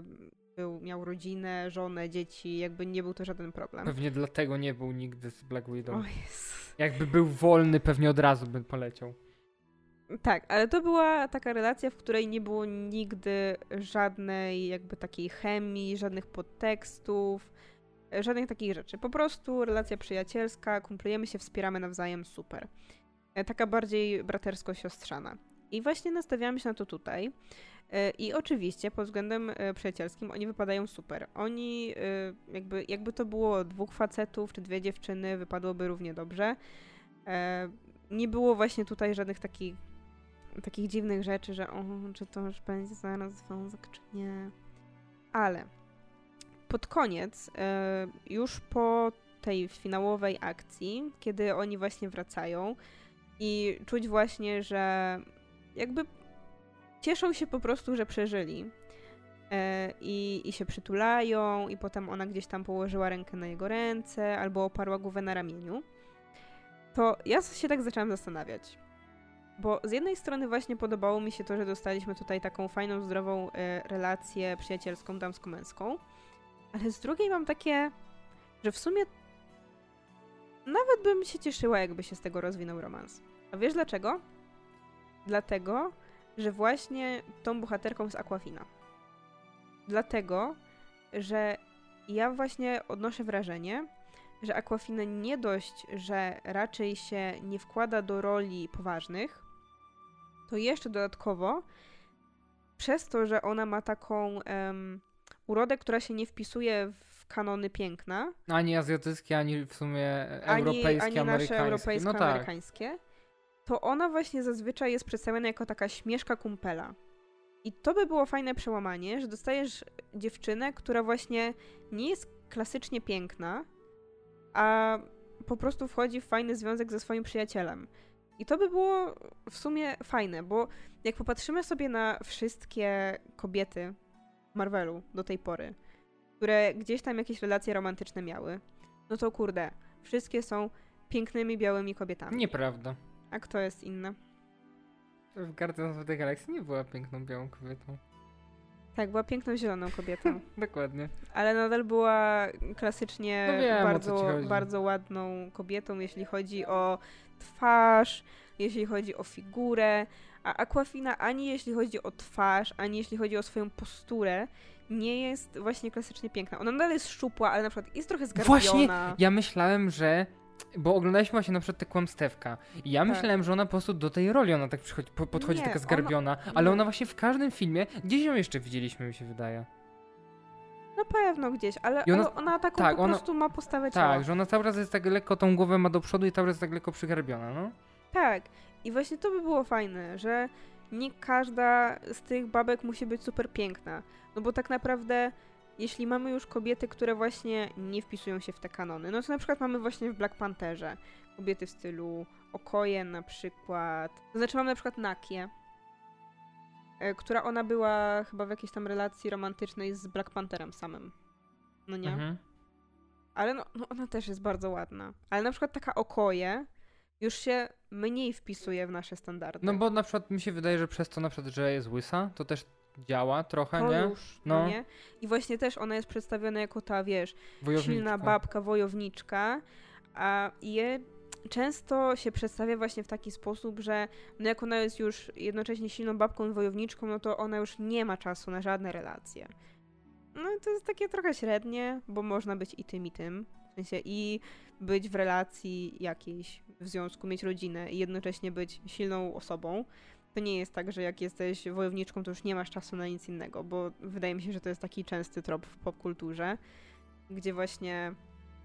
S1: miał rodzinę, żonę, dzieci, jakby nie był to żaden problem.
S2: Pewnie dlatego nie był nigdy z Black Widow.
S1: O Jezu.
S2: Jakby był wolny, pewnie od razu by poleciał.
S1: Tak, ale to była taka relacja, w której nie było nigdy żadnej jakby takiej chemii, żadnych podtekstów, żadnych takich rzeczy. Po prostu relacja przyjacielska, kumplujemy się, wspieramy nawzajem, super. Taka bardziej bratersko-siostrzana. I właśnie nastawiałam się na to tutaj. I oczywiście pod względem przyjacielskim oni wypadają super. Oni, jakby to było dwóch facetów czy dwie dziewczyny, wypadłoby równie dobrze. Nie było właśnie tutaj żadnych takich dziwnych rzeczy, że czy to już będzie zaraz związek, czy nie. Ale pod koniec, już po tej finałowej akcji, kiedy oni właśnie wracają i czuć właśnie, że jakby cieszą się po prostu, że przeżyli. I się przytulają i potem ona gdzieś tam położyła rękę na jego ręce albo oparła głowę na ramieniu. To ja się tak zaczęłam zastanawiać. Bo z jednej strony właśnie podobało mi się to, że dostaliśmy tutaj taką fajną, zdrową relację przyjacielską, damsko-męską, ale z drugiej mam takie, że w sumie nawet bym się cieszyła, jakby się z tego rozwinął romans. A wiesz dlaczego? Dlatego, że właśnie tą bohaterką jest Aquafina. Dlatego, że ja właśnie odnoszę wrażenie, że Aquafina nie dość, że raczej się nie wkłada do roli poważnych, to jeszcze dodatkowo przez to, że ona ma taką urodę, która się nie wpisuje w kanony piękna.
S2: Ani azjatyckie, ani w sumie europejskie,
S1: ani
S2: amerykańskie.
S1: nasze europejskie,
S2: no tak.
S1: amerykańskie. To ona właśnie zazwyczaj jest przedstawiona jako taka śmieszka kumpela. I to by było fajne przełamanie, że dostajesz dziewczynę, która właśnie nie jest klasycznie piękna, a po prostu wchodzi w fajny związek ze swoim przyjacielem. I to by było w sumie fajne, bo jak popatrzymy sobie na wszystkie kobiety Marvelu do tej pory, które gdzieś tam jakieś relacje romantyczne miały, no to kurde, wszystkie są pięknymi, białymi kobietami.
S2: Nieprawda.
S1: A kto jest inny?
S2: W Guardians of the Galaxy nie była piękną, białą kobietą.
S1: Tak, była piękną, zieloną kobietą.
S2: Dokładnie.
S1: Ale nadal była klasycznie
S2: No wiem,
S1: bardzo ładną kobietą, jeśli chodzi o twarz, jeśli chodzi o figurę, a Aquafina ani jeśli chodzi o twarz, ani jeśli chodzi o swoją posturę, nie jest właśnie klasycznie piękna. Ona nadal jest szczupła, ale na przykład jest trochę zgarbiona.
S2: Właśnie, ja myślałem, że... Bo oglądaliśmy właśnie na przykład tę Kłamstewka. I ja myślałem, że ona po prostu do tej roli ona tak podchodzi taka zgarbiona, ale ona właśnie w każdym filmie, gdzieś ją jeszcze widzieliśmy, mi się wydaje.
S1: Na pewno gdzieś, ale ona taką
S2: tak,
S1: po prostu ma postawę ciała.
S2: Tak, że ona cały czas jest tak lekko, tą głowę ma do przodu i cały czas jest tak lekko przygarbiona, no.
S1: Tak. I właśnie to by było fajne, że nie każda z tych babek musi być super piękna. No bo tak naprawdę, jeśli mamy już kobiety, które właśnie nie wpisują się w te kanony, no to na przykład mamy właśnie w Black Pantherze kobiety w stylu Okoye na przykład. To znaczy mamy na przykład Nakię, która ona była chyba w jakiejś tam relacji romantycznej z Black Pantherem samym. No nie?
S2: Mhm.
S1: Ale no ona też jest bardzo ładna. Ale na przykład taka Okoye już się mniej wpisuje w nasze standardy.
S2: No bo na przykład mi się wydaje, że przez to na przykład, że jest łysa, to też działa trochę,
S1: to
S2: nie?
S1: Już, no nie? I właśnie też ona jest przedstawiona jako ta, wiesz, silna babka, wojowniczka, a je często się przedstawia właśnie w taki sposób, że no jak ona jest już jednocześnie silną babką i wojowniczką, no to ona już nie ma czasu na żadne relacje. No i to jest takie trochę średnie, bo można być i tym, i tym. W sensie i być w relacji jakiejś, w związku, mieć rodzinę i jednocześnie być silną osobą. To nie jest tak, że jak jesteś wojowniczką, to już nie masz czasu na nic innego, bo wydaje mi się, że to jest taki częsty trop w popkulturze, gdzie właśnie,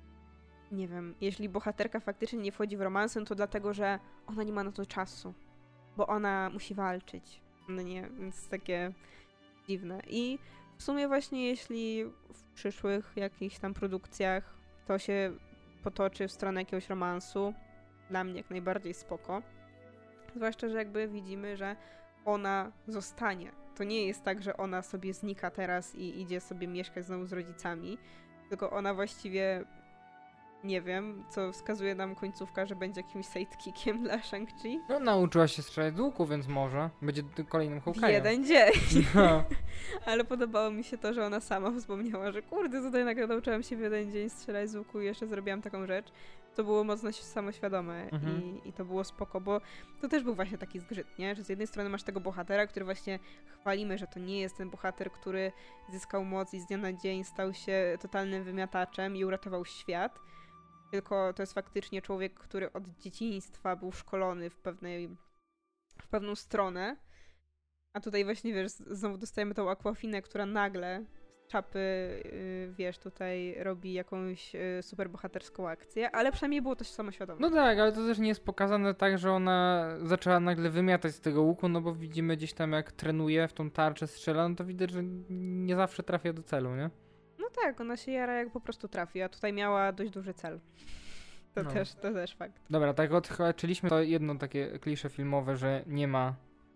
S1: nie wiem, jeśli bohaterka faktycznie nie wchodzi w romansę, to dlatego, że ona nie ma na to czasu, bo ona musi walczyć. No nie, więc takie dziwne. I w sumie właśnie jeśli w przyszłych jakichś tam produkcjach to się potoczy w stronę jakiegoś romansu, dla mnie jak najbardziej spoko. Zwłaszcza, że jakby widzimy, że ona zostanie. To nie jest tak, że ona sobie znika teraz i idzie sobie mieszkać znowu z rodzicami, tylko ona właściwie, nie wiem, co wskazuje nam końcówka, że będzie jakimś sidekickiem dla Shang-Chi.
S2: No nauczyła się strzelać z łuku, więc może będzie kolejnym Hawkeye'em.
S1: W jeden dzień.
S2: No.
S1: Ale podobało mi się to, że ona sama wspomniała, że kurde, tutaj nagle nauczyłam się w jeden dzień strzelać z łuku i jeszcze zrobiłam taką rzecz. To było mocno samoświadome i to było spoko, bo to też był właśnie taki zgrzyt, nie? Że z jednej strony masz tego bohatera, który właśnie chwalimy, że to nie jest ten bohater, który zyskał moc i z dnia na dzień stał się totalnym wymiataczem i uratował świat, tylko to jest faktycznie człowiek, który od dzieciństwa był szkolony w pewną stronę, a tutaj właśnie, wiesz, znowu dostajemy tą Aquafinę, która nagle z czapy, wiesz, tutaj robi jakąś superbohaterską akcję, ale przynajmniej było to samoświadome.
S2: No tak, ale to też nie jest pokazane tak, że ona zaczęła nagle wymiatać z tego łuku, no bo widzimy gdzieś tam jak trenuje w tą tarczę, strzela, no to widać, że nie zawsze trafia do celu, nie?
S1: No tak, ona się jara jak po prostu trafi, a tutaj miała dość duży cel. To też fakt.
S2: Dobra, tak odhaczyliśmy to jedno takie klisze filmowe, że nie ma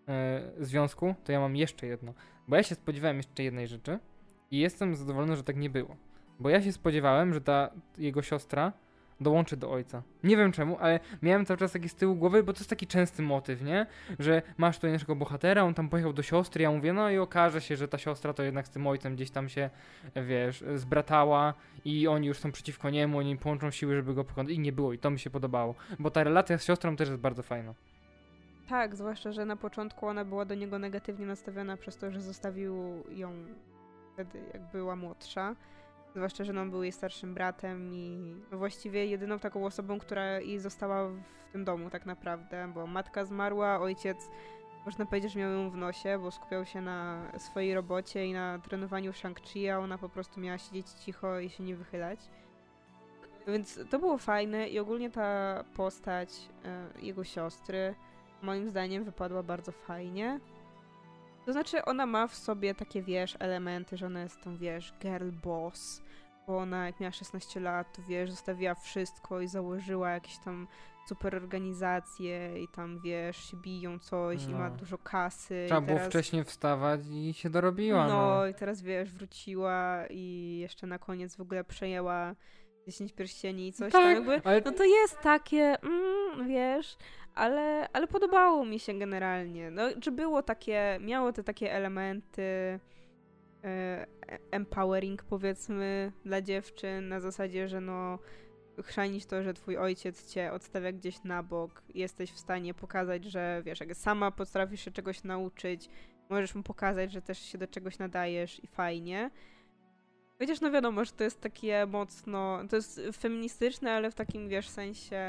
S2: związku, to ja mam jeszcze jedno. Bo ja się spodziewałem jeszcze jednej rzeczy i jestem zadowolony, że tak nie było. Bo ja się spodziewałem, że ta jego siostra dołączy do ojca. Nie wiem czemu, ale miałem cały czas taki z tyłu głowy, bo to jest taki częsty motyw, nie? Że masz tutaj naszego bohatera, on tam pojechał do siostry, ja mówię, no i okaże się, że ta siostra to jednak z tym ojcem gdzieś tam się, wiesz, zbratała i oni już są przeciwko niemu, oni połączą siły, żeby go pokonać i nie było i to mi się podobało, bo ta relacja z siostrą też jest bardzo fajna.
S1: Tak, zwłaszcza, że na początku ona była do niego negatywnie nastawiona przez to, że zostawił ją wtedy, jak była młodsza. Zwłaszcza, że on był jej starszym bratem i właściwie jedyną taką osobą, która jej została w tym domu tak naprawdę, bo matka zmarła, ojciec można powiedzieć, że miał ją w nosie, bo skupiał się na swojej robocie i na trenowaniu Shang-Chi, a ona po prostu miała siedzieć cicho i się nie wychylać. Więc to było fajne i ogólnie ta postać jego siostry moim zdaniem wypadła bardzo fajnie. To znaczy ona ma w sobie takie, wiesz, elementy, że ona jest tą, wiesz, girl boss, bo ona jak miała 16 lat, to wiesz, zostawiła wszystko i założyła jakieś tam super organizacje i tam, wiesz, się biją coś i ma dużo kasy.
S2: Trzeba
S1: i
S2: było
S1: teraz...
S2: wcześniej wstawać i się dorobiła,
S1: No i teraz, wiesz, wróciła i jeszcze na koniec w ogóle przejęła 10 pierścieni i coś
S2: tak,
S1: tam jakby.
S2: ale...
S1: No to jest takie, wiesz, ale podobało mi się generalnie. No, że było takie, miało te takie elementy empowering, powiedzmy, dla dziewczyn, na zasadzie, że no chrzanić to, że twój ojciec cię odstawia gdzieś na bok, jesteś w stanie pokazać, że wiesz, jak sama potrafisz się czegoś nauczyć, możesz mu pokazać, że też się do czegoś nadajesz i fajnie. Chociaż no wiadomo, że to jest takie mocno, to jest feministyczne, ale w takim, wiesz, sensie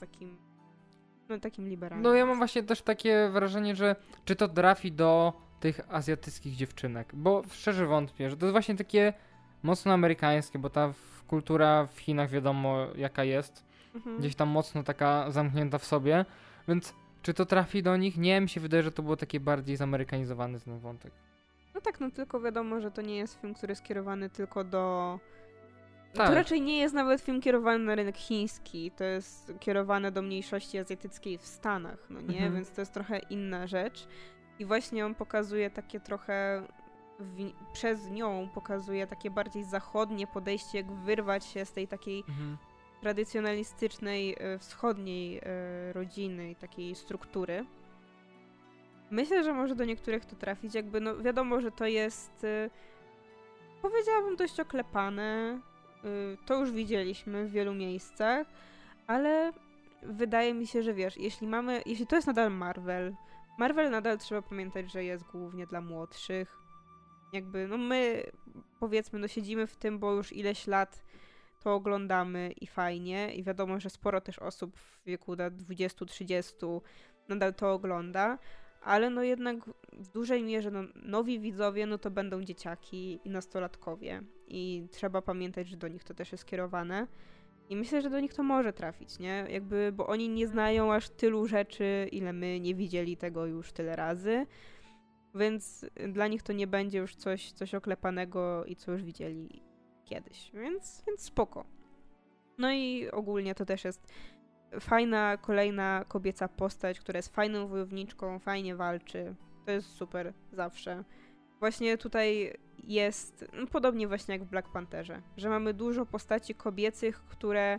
S1: takim liberalnym.
S2: No ja mam właśnie też takie wrażenie, że czy to trafi do tych azjatyckich dziewczynek, bo szczerze wątpię, że to jest właśnie takie mocno amerykańskie, bo ta kultura w Chinach wiadomo jaka jest, gdzieś tam mocno taka zamknięta w sobie, więc czy to trafi do nich? Nie, mi się wydaje, że to było takie bardziej zamerykanizowany ten wątek.
S1: No tak, no tylko wiadomo, że to nie jest film, który jest skierowany tylko do...
S2: Tak.
S1: To raczej nie jest nawet film kierowany na rynek chiński, to jest kierowane do mniejszości azjatyckiej w Stanach, no nie? Więc to jest trochę inna rzecz. I właśnie on pokazuje takie trochę... przez nią pokazuje takie bardziej zachodnie podejście, jak wyrwać się z tej takiej tradycjonalistycznej, wschodniej rodziny i takiej struktury. Myślę, że może do niektórych to trafić, jakby no wiadomo, że to jest powiedziałabym dość oklepane, to już widzieliśmy w wielu miejscach, ale wydaje mi się, że wiesz, jeśli to jest nadal Marvel nadal trzeba pamiętać, że jest głównie dla młodszych. Jakby, no my powiedzmy, no siedzimy w tym, bo już ileś lat to oglądamy i fajnie i wiadomo, że sporo też osób w wieku 20-30 nadal to ogląda, ale no jednak w dużej mierze no, nowi widzowie no to będą dzieciaki i nastolatkowie i trzeba pamiętać, że do nich to też jest kierowane i myślę, że do nich to może trafić, nie? Jakby, bo oni nie znają aż tylu rzeczy, ile my nie widzieli tego już tyle razy, więc dla nich to nie będzie już coś oklepanego i co już widzieli kiedyś, więc spoko. No i ogólnie to też jest fajna, kolejna kobieca postać, która jest fajną wojowniczką, fajnie walczy. To jest super, zawsze. Właśnie tutaj jest, no, podobnie właśnie jak w Black Pantherze, że mamy dużo postaci kobiecych, które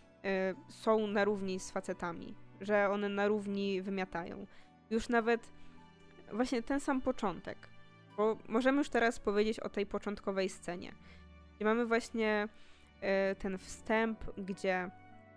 S1: są na równi z facetami, że one na równi wymiatają. Już nawet właśnie ten sam początek, bo możemy już teraz powiedzieć o tej początkowej scenie, gdzie mamy właśnie ten wstęp, gdzie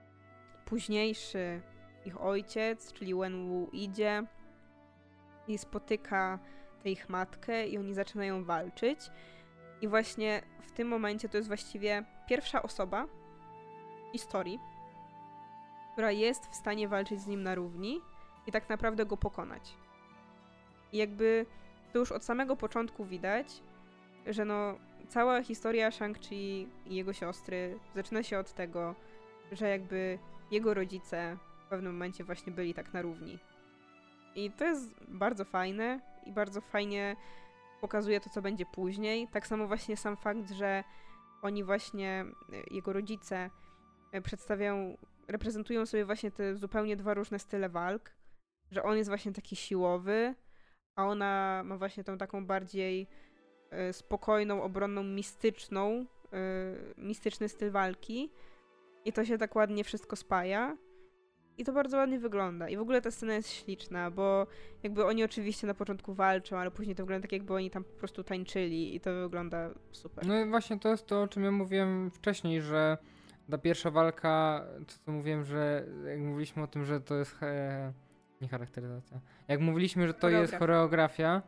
S1: późniejszy ich ojciec, czyli Wenwu, idzie i spotyka tę ich matkę i oni zaczynają walczyć. I właśnie w tym momencie to jest właściwie pierwsza osoba w historii, która jest w stanie walczyć z nim na równi i tak naprawdę go pokonać. I jakby to już od samego początku widać, że no cała historia Shang-Chi i jego siostry zaczyna się od tego, że jakby jego rodzice w pewnym momencie właśnie byli tak na równi. I to jest bardzo fajne i bardzo fajnie pokazuje to, co będzie później. Tak samo właśnie sam fakt, że oni właśnie, jego rodzice reprezentują sobie właśnie te zupełnie dwa różne style walk, że on jest właśnie taki siłowy, a ona ma właśnie tą taką bardziej spokojną, obronną, mistyczny styl walki i to się tak ładnie wszystko spaja i to bardzo ładnie wygląda i w ogóle ta scena jest śliczna, bo jakby oni oczywiście na początku walczą, ale później to wygląda tak, jakby oni tam po prostu tańczyli i to wygląda super.
S2: No i właśnie to jest to, o czym ja mówiłem wcześniej, że ta pierwsza walka, co mówiłem, że jak mówiliśmy o tym, że to jest nie charakteryzacja. Jak mówiliśmy, że to jest choreografia,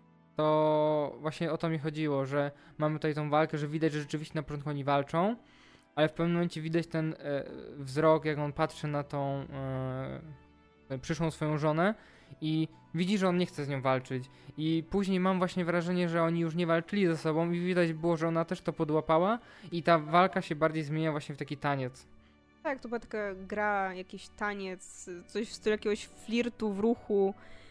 S2: to właśnie o to mi chodziło, że mamy tutaj tą walkę, że widać, że rzeczywiście na początku oni walczą, ale w pewnym momencie widać ten wzrok, jak on patrzy na tą przyszłą swoją żonę i widzi, że on nie chce z nią walczyć. I później mam właśnie wrażenie, że oni już nie walczyli ze sobą i widać było, że ona też to podłapała i ta walka się bardziej zmienia właśnie w taki taniec.
S1: Tak, to była taka gra, jakiś taniec, coś w stylu jakiegoś flirtu w ruchu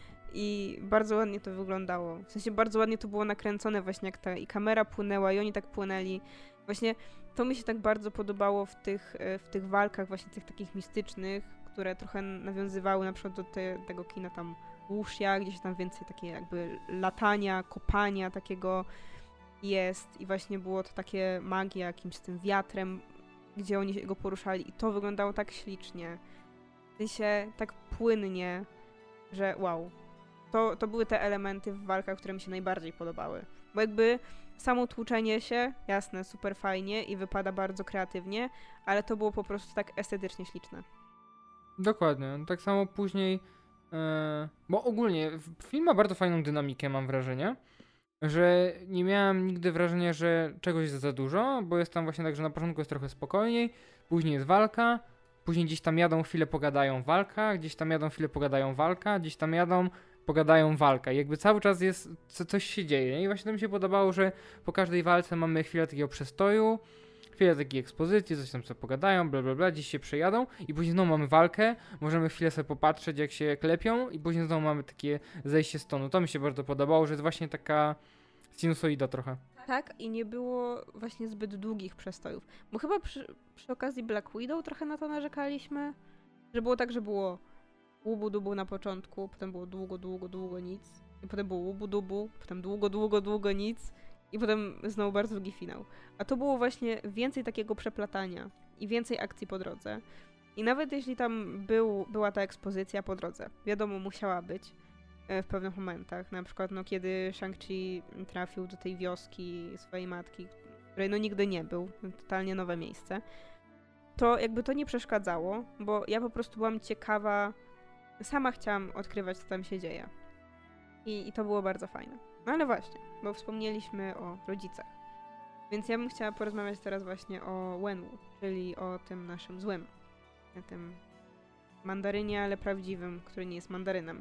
S1: i bardzo ładnie to wyglądało. W sensie bardzo ładnie to było nakręcone właśnie, jak ta i kamera płynęła i oni tak płynęli. Właśnie to mi się tak bardzo podobało w tych walkach właśnie tych takich mistycznych, które trochę nawiązywały na przykład do tego kina tam Wuxia, gdzieś tam więcej takie jakby latania, kopania takiego jest i właśnie było to takie magia jakimś z tym wiatrem, gdzie oni go poruszali i to wyglądało tak ślicznie. W sensie tak płynnie, że wow. To były te elementy w walkach, które mi się najbardziej podobały. Bo jakby samo tłuczenie się, jasne, super fajnie i wypada bardzo kreatywnie, ale to było po prostu tak estetycznie śliczne.
S2: Dokładnie. Tak samo później, bo ogólnie film ma bardzo fajną dynamikę, mam wrażenie, że nie miałem nigdy wrażenia, że czegoś jest za dużo, bo jest tam właśnie tak, że na początku jest trochę spokojniej, później jest walka, później gdzieś tam jadą, chwilę pogadają, walka, gdzieś tam jadą, chwilę pogadają, walka, gdzieś tam jadą, pogadają, walka. I jakby cały czas jest, coś się dzieje. I właśnie to mi się podobało, że po każdej walce mamy chwilę takiego przestoju, chwilę takiej ekspozycji, coś tam sobie pogadają, bla bla bla, gdzieś się przejadą i później znowu mamy walkę, możemy chwilę sobie popatrzeć, jak się klepią i później znowu mamy takie zejście z tonu. To mi się bardzo podobało, że jest właśnie taka sinusoida trochę.
S1: Tak, i nie było właśnie zbyt długich przestojów. Bo chyba przy okazji Black Widow trochę na to narzekaliśmy, że było tak, że było łubu-dubu na początku, potem było długo nic, i potem było łubu-dubu, potem długo nic i potem znowu bardzo długi finał. A to było właśnie więcej takiego przeplatania i więcej akcji po drodze. I nawet jeśli tam była ta ekspozycja po drodze, wiadomo, musiała być w pewnych momentach, na przykład kiedy Shang-Chi trafił do tej wioski swojej matki, której nigdy nie był, totalnie nowe miejsce, to jakby to nie przeszkadzało, bo ja po prostu byłam ciekawa, sama chciałam odkrywać, co tam się dzieje. I to było bardzo fajne. No ale właśnie, bo wspomnieliśmy o rodzicach. Więc ja bym chciała porozmawiać teraz właśnie o Wenwu, czyli o tym naszym złym. Tym mandarynie, ale prawdziwym, który nie jest mandarynem.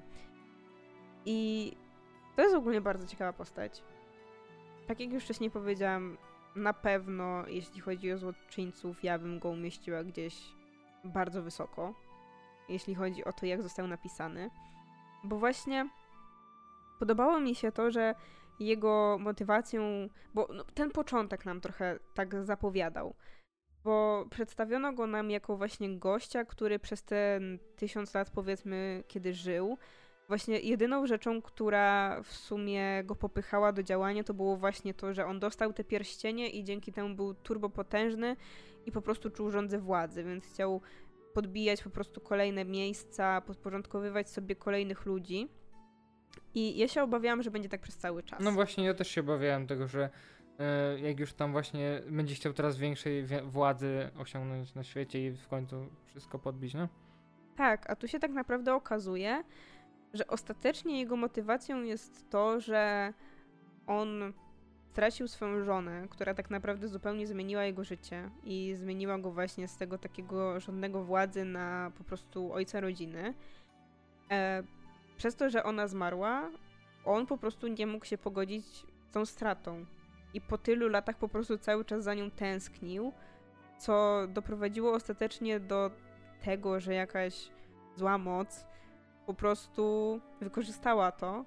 S1: I to jest ogólnie bardzo ciekawa postać. Tak jak już wcześniej powiedziałam, na pewno jeśli chodzi o złoczyńców, ja bym go umieściła gdzieś bardzo wysoko. Jeśli chodzi o to, jak został napisany. Bo właśnie podobało mi się to, że jego motywacją, bo ten początek nam trochę tak zapowiadał, bo przedstawiono go nam jako właśnie gościa, który przez ten 1000 lat, powiedzmy, kiedy żył, właśnie jedyną rzeczą, która w sumie go popychała do działania, to było właśnie to, że on dostał te pierścienie i dzięki temu był turbopotężny i po prostu czuł żądzę władzy, więc chciał podbijać po prostu kolejne miejsca, podporządkowywać sobie kolejnych ludzi. I ja się obawiałam, że będzie tak przez cały czas.
S2: No właśnie, ja też się obawiałem tego, że jak już tam właśnie będzie chciał teraz większej władzy osiągnąć na świecie i w końcu wszystko podbić, no?
S1: Tak, a tu się tak naprawdę okazuje, że ostatecznie jego motywacją jest to, że on stracił swoją żonę, która tak naprawdę zupełnie zmieniła jego życie i zmieniła go właśnie z tego takiego żądnego władzy na po prostu ojca rodziny. Przez to, że ona zmarła, on po prostu nie mógł się pogodzić z tą stratą. I po tylu latach po prostu cały czas za nią tęsknił, co doprowadziło ostatecznie do tego, że jakaś zła po prostu wykorzystała to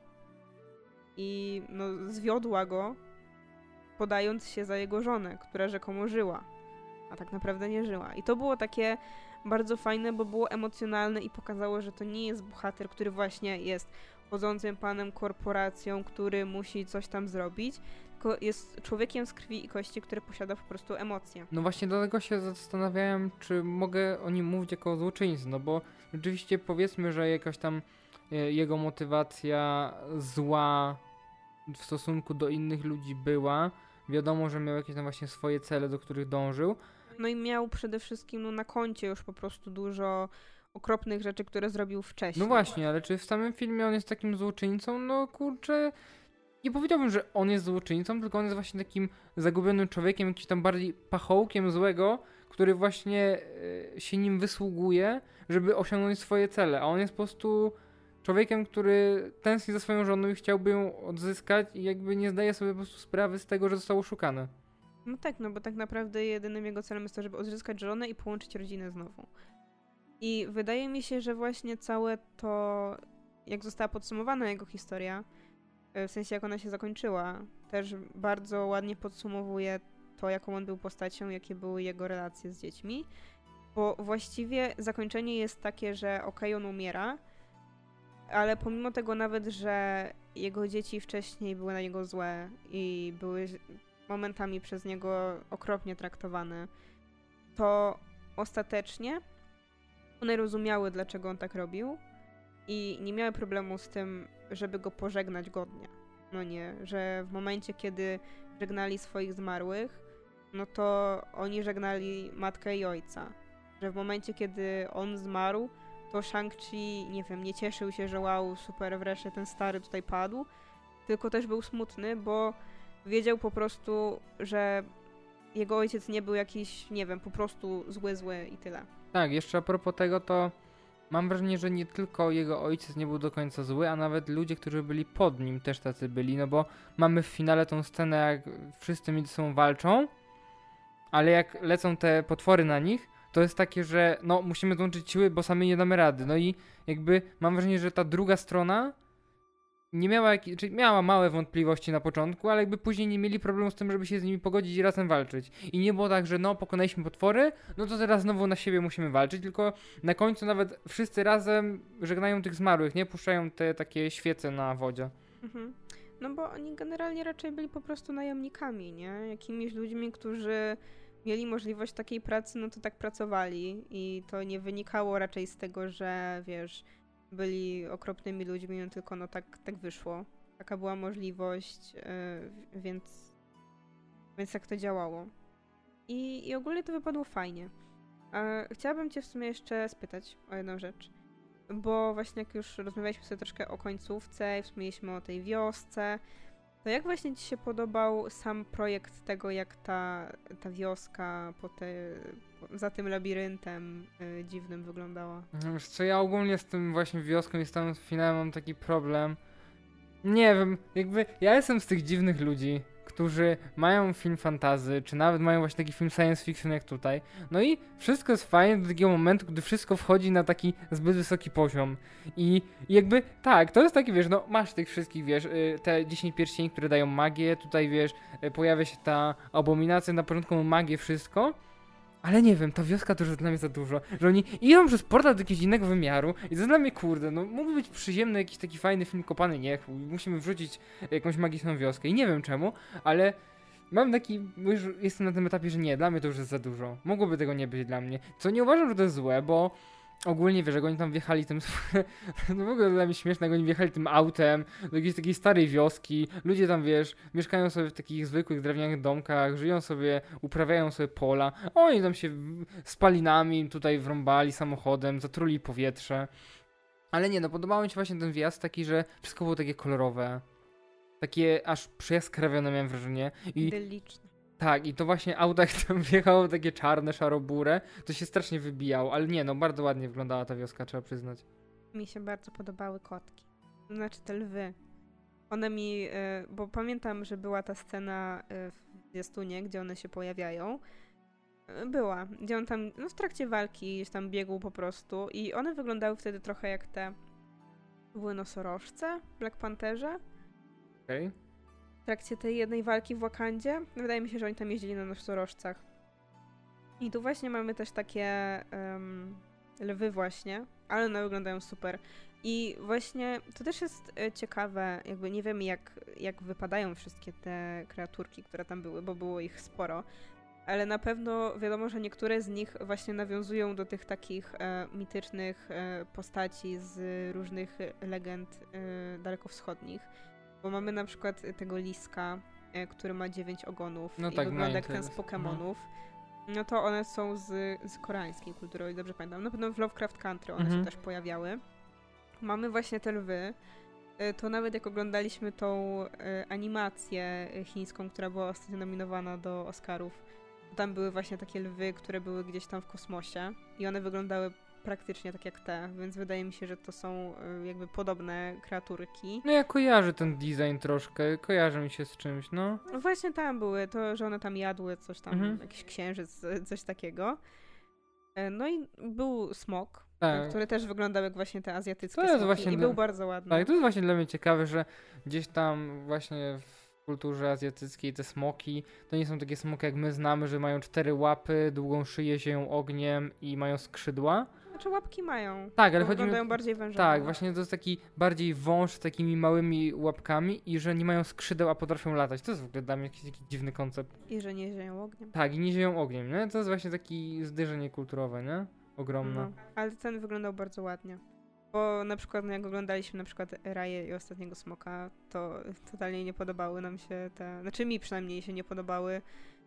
S1: i zwiodła go, podając się za jego żonę, która rzekomo żyła, a tak naprawdę nie żyła. I to było takie bardzo fajne, bo było emocjonalne i pokazało, że to nie jest bohater, który właśnie jest chodzącym panem korporacją, który musi coś tam zrobić, tylko jest człowiekiem z krwi i kości, który posiada po prostu emocje.
S2: No właśnie dlatego się zastanawiałem, czy mogę o nim mówić jako o złoczyńcy, no bo rzeczywiście powiedzmy, że jakaś tam jego motywacja zła w stosunku do innych ludzi była. Wiadomo, że miał jakieś tam właśnie swoje cele, do których dążył.
S1: No i miał przede wszystkim na koncie już po prostu dużo okropnych rzeczy, które zrobił wcześniej.
S2: No właśnie, ale czy w samym filmie on jest takim złoczyńcą? No kurczę, nie powiedziałbym, że on jest złoczyńcą, tylko on jest właśnie takim zagubionym człowiekiem, jakimś tam bardziej pachołkiem złego, który właśnie się nim wysługuje, żeby osiągnąć swoje cele, a on jest po prostu człowiekiem, który tęskni za swoją żoną i chciałby ją odzyskać i jakby nie zdaje sobie po prostu sprawy z tego, że został oszukany.
S1: No tak, no bo tak naprawdę jedynym jego celem jest to, żeby odzyskać żonę i połączyć rodzinę znowu. I wydaje mi się, że właśnie całe to, jak została podsumowana jego historia, w sensie jak ona się zakończyła, też bardzo ładnie podsumowuje to, jaką on był postacią, jakie były jego relacje z dziećmi, bo właściwie zakończenie jest takie, że okej, on umiera, ale pomimo tego nawet, że jego dzieci wcześniej były na niego złe i były momentami przez niego okropnie traktowane, to ostatecznie one rozumiały, dlaczego on tak robił i nie miały problemu z tym, żeby go pożegnać godnie. No nie, że w momencie, kiedy żegnali swoich zmarłych, no to oni żegnali matkę i ojca. Że w momencie, kiedy on zmarł, to Shang-Chi, nie wiem, nie cieszył się, że wow, super, wreszcie ten stary tutaj padł, tylko też był smutny, bo wiedział po prostu, że jego ojciec nie był jakiś, nie wiem, po prostu zły i tyle.
S2: Tak, jeszcze a propos tego, to mam wrażenie, że nie tylko jego ojciec nie był do końca zły, a nawet ludzie, którzy byli pod nim też tacy byli, no bo mamy w finale tą scenę, jak wszyscy między sobą walczą, ale jak lecą te potwory na nich, to jest takie, że no musimy złączyć siły, bo sami nie damy rady. No i jakby mam wrażenie, że ta druga strona nie miała, czyli miała małe wątpliwości na początku, ale jakby później nie mieli problemu z tym, żeby się z nimi pogodzić i razem walczyć. I nie było tak, że no pokonaliśmy potwory, no to teraz znowu na siebie musimy walczyć, tylko na końcu nawet wszyscy razem żegnają tych zmarłych, nie? Puszczają te takie świece na wodzie.
S1: Mhm. No bo oni generalnie raczej byli po prostu najemnikami, nie? Jakimiś ludźmi, którzy mieli możliwość takiej pracy, no to tak pracowali i to nie wynikało raczej z tego, że wiesz, byli okropnymi ludźmi, no tylko no tak wyszło. Taka była możliwość, więc tak to działało. I ogólnie to wypadło fajnie. Chciałabym cię w sumie jeszcze spytać o jedną rzecz. Bo właśnie jak już rozmawialiśmy sobie troszkę o końcówce i wspomnieliśmy o tej wiosce, to jak właśnie ci się podobał sam projekt tego, jak ta wioska za tym labiryntem dziwnym wyglądała?
S2: Wiesz co, ja ogólnie z tym właśnie wioską i z tym finałem mam taki problem. Nie wiem, jakby ja jestem z tych dziwnych ludzi, którzy mają film fantasy, czy nawet mają właśnie taki film science fiction jak tutaj. No i wszystko jest fajne do takiego momentu, gdy wszystko wchodzi na taki zbyt wysoki poziom. I jakby, tak, to jest taki, wiesz, no masz tych wszystkich, wiesz, te 10 pierścieni, które dają magię, tutaj, wiesz, pojawia się ta abominacja, na początku ma magię, wszystko. Ale nie wiem, ta wioska to już jest dla mnie za dużo, że oni idą przez portal do jakiegoś innego wymiaru i to jest dla mnie, kurde, no mógłby być przyjemny jakiś taki fajny film kopany, nie, musimy wrzucić jakąś magiczną wioskę i nie wiem czemu, ale mam taki, już jestem na tym etapie, że nie, dla mnie to już jest za dużo, mogłoby tego nie być dla mnie, co nie uważam, że to jest złe, bo ogólnie wiesz, jak oni tam wjechali tym, no w ogóle dla mnie śmieszne, jak oni wjechali tym autem do jakiejś takiej starej wioski, ludzie tam wiesz, mieszkają sobie w takich zwykłych drewnianych domkach, żyją sobie, uprawiają sobie pola, a oni tam się spalinami tutaj wrąbali samochodem, zatruli powietrze, ale nie, no podobał mi się właśnie ten wjazd taki, że wszystko było takie kolorowe, takie aż przejaskrawione miałem wrażenie i
S1: Idylliczne.
S2: tak, i to właśnie auto, jak tam wjechało takie czarne, szarobure, to się strasznie wybijało, ale nie, no bardzo ładnie wyglądała ta wioska, trzeba przyznać.
S1: Mi się bardzo podobały kotki. Znaczy te lwy. One mi, bo pamiętam, że była ta scena w zwiastunie, gdzie one się pojawiają. Była, gdzie on tam, no w trakcie walki gdzieś tam biegł po prostu i one wyglądały wtedy trochę jak te, były nosorożce w Black Pantherze.
S2: Okej.
S1: W trakcie tej jednej walki w Wakandzie. Wydaje mi się, że oni tam jeździli na nosorożcach. I tu właśnie mamy też takie lwy właśnie, ale one wyglądają super. I właśnie to też jest ciekawe, jakby nie wiemy jak wypadają wszystkie te kreaturki, które tam były, bo było ich sporo, ale na pewno wiadomo, że niektóre z nich właśnie nawiązują do tych takich mitycznych postaci z różnych legend dalekowschodnich, bo mamy na przykład tego liska, który ma 9 ogonów
S2: No
S1: i
S2: tak,
S1: wygląda jak ten z
S2: Ninetales.
S1: Pokémonów. No to one są z koreańskiej kultury, o ile dobrze pamiętam. Na pewno w Lovecraft Country one się też pojawiały. Mamy właśnie te lwy. To nawet jak oglądaliśmy tą animację chińską, która była ostatnio nominowana do Oscarów, tam były właśnie takie lwy, które były gdzieś tam w kosmosie i one wyglądały praktycznie tak jak te, więc wydaje mi się, że to są jakby podobne kreaturki.
S2: No ja kojarzę ten design troszkę, kojarzy mi się z czymś, no.
S1: No właśnie tam były to, że one tam jadły coś tam, jakiś księżyc, coś takiego. No i był smok,
S2: Tak.
S1: który też wyglądał jak właśnie te azjatyckie
S2: To jest
S1: smoki
S2: właśnie
S1: i był bardzo ładny.
S2: Tak, to jest właśnie dla mnie ciekawe, że gdzieś tam właśnie w kulturze azjatyckiej te smoki, to nie są takie smoki jak my znamy, że mają 4 łapy, długą szyję, zieją ogniem i mają skrzydła.
S1: Znaczy łapki mają,
S2: Tak, ale
S1: bo
S2: chodzi mi...
S1: wyglądają bardziej wężowo.
S2: Tak, właśnie to jest taki bardziej wąż z takimi małymi łapkami i że nie mają skrzydeł, a potrafią latać. To jest w ogóle dla mnie jakiś taki dziwny koncept.
S1: I że nie zieją ogniem.
S2: Tak, i nie zieją ogniem, nie? To jest właśnie takie zderzenie kulturowe, nie? Ogromne.
S1: No, ale ten wyglądał bardzo ładnie. Bo na przykład jak oglądaliśmy na przykład Raję i Ostatniego Smoka, to totalnie nie podobały nam się te... Znaczy mi przynajmniej się nie podobały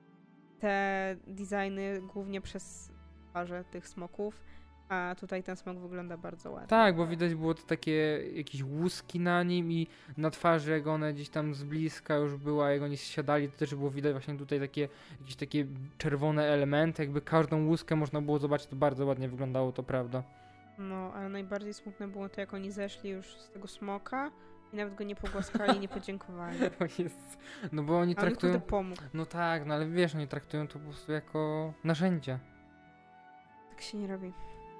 S1: te designy głównie przez twarze tych smoków, a tutaj ten smok wygląda bardzo ładnie.
S2: Tak, bo widać było to takie jakieś łuski na nim i na twarzy, jak one gdzieś tam z bliska już była, jak oni siadali, to też było widać właśnie tutaj jakieś takie czerwone elementy, jakby każdą łuskę można było zobaczyć, to bardzo ładnie wyglądało, to prawda.
S1: No, ale najbardziej smutne było to, jak oni zeszli już z tego smoka i nawet go nie pogłaskali, nie podziękowali.
S2: O jest. No bo oni
S1: A on
S2: traktują...
S1: kurde pomógł.
S2: No tak, no ale wiesz, oni traktują to po prostu jako narzędzie.
S1: Tak się nie robi.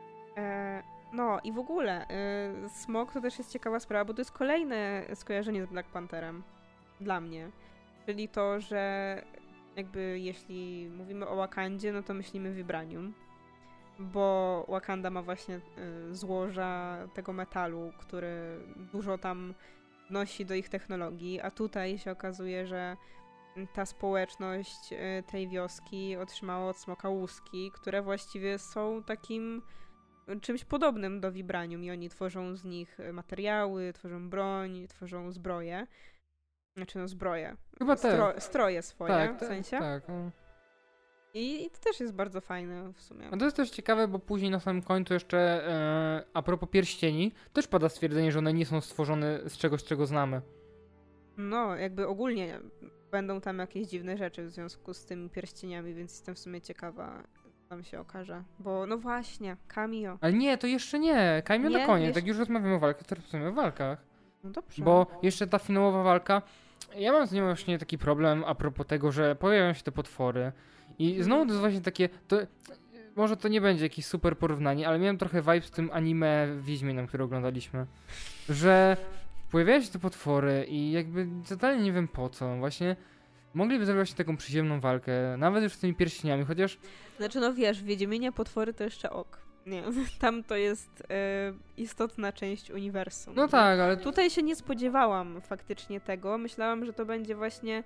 S1: No i w ogóle smok to też jest ciekawa sprawa, bo to jest kolejne skojarzenie z Black Pantherem dla mnie. Czyli to, że jakby jeśli mówimy o Wakandzie, no to myślimy Vibranium, bo Wakanda ma właśnie złoża tego metalu, który dużo tam wnosi do ich technologii, a tutaj się okazuje, że ta społeczność tej wioski otrzymała od smoka łuski, które właściwie są takim czymś podobnym do Vibranium i oni tworzą z nich materiały, tworzą broń, tworzą zbroje. Znaczy no zbroje.
S2: Chyba
S1: Stroje swoje
S2: tak,
S1: w sensie.
S2: Tak, no.
S1: I to też jest bardzo fajne w sumie.
S2: A to jest też ciekawe, bo później na samym końcu jeszcze a propos pierścieni, też pada stwierdzenie, że one nie są stworzone z czegoś, czego znamy.
S1: No, jakby ogólnie będą tam jakieś dziwne rzeczy w związku z tymi pierścieniami, więc jestem w sumie ciekawa, co tam się okaże. Bo no właśnie, cameo.
S2: Ale nie, to jeszcze nie. Kajmio
S1: Nie?
S2: na koniec.
S1: Jeszcze-
S2: Jak już rozmawiamy o walkach, to rozmawiamy o walkach.
S1: No dobrze.
S2: Bo jeszcze ta finałowa walka, ja mam z nią właśnie taki problem a propos tego, że pojawiają się te potwory. I znowu to jest właśnie takie, może to nie będzie jakieś super porównanie, ale miałem trochę vibe z tym anime Wiedźminem, które oglądaliśmy. Że pojawiają się te potwory i jakby totalnie nie wiem po co. Właśnie mogliby zrobić właśnie taką przyziemną walkę, nawet już z tymi pierścieniami, chociaż
S1: Znaczy no wiesz, w Wiedźminie potwory to jeszcze ok. Nie, tam to jest istotna część uniwersum.
S2: no tak, ale
S1: Tutaj się nie spodziewałam faktycznie tego. Myślałam, że to będzie właśnie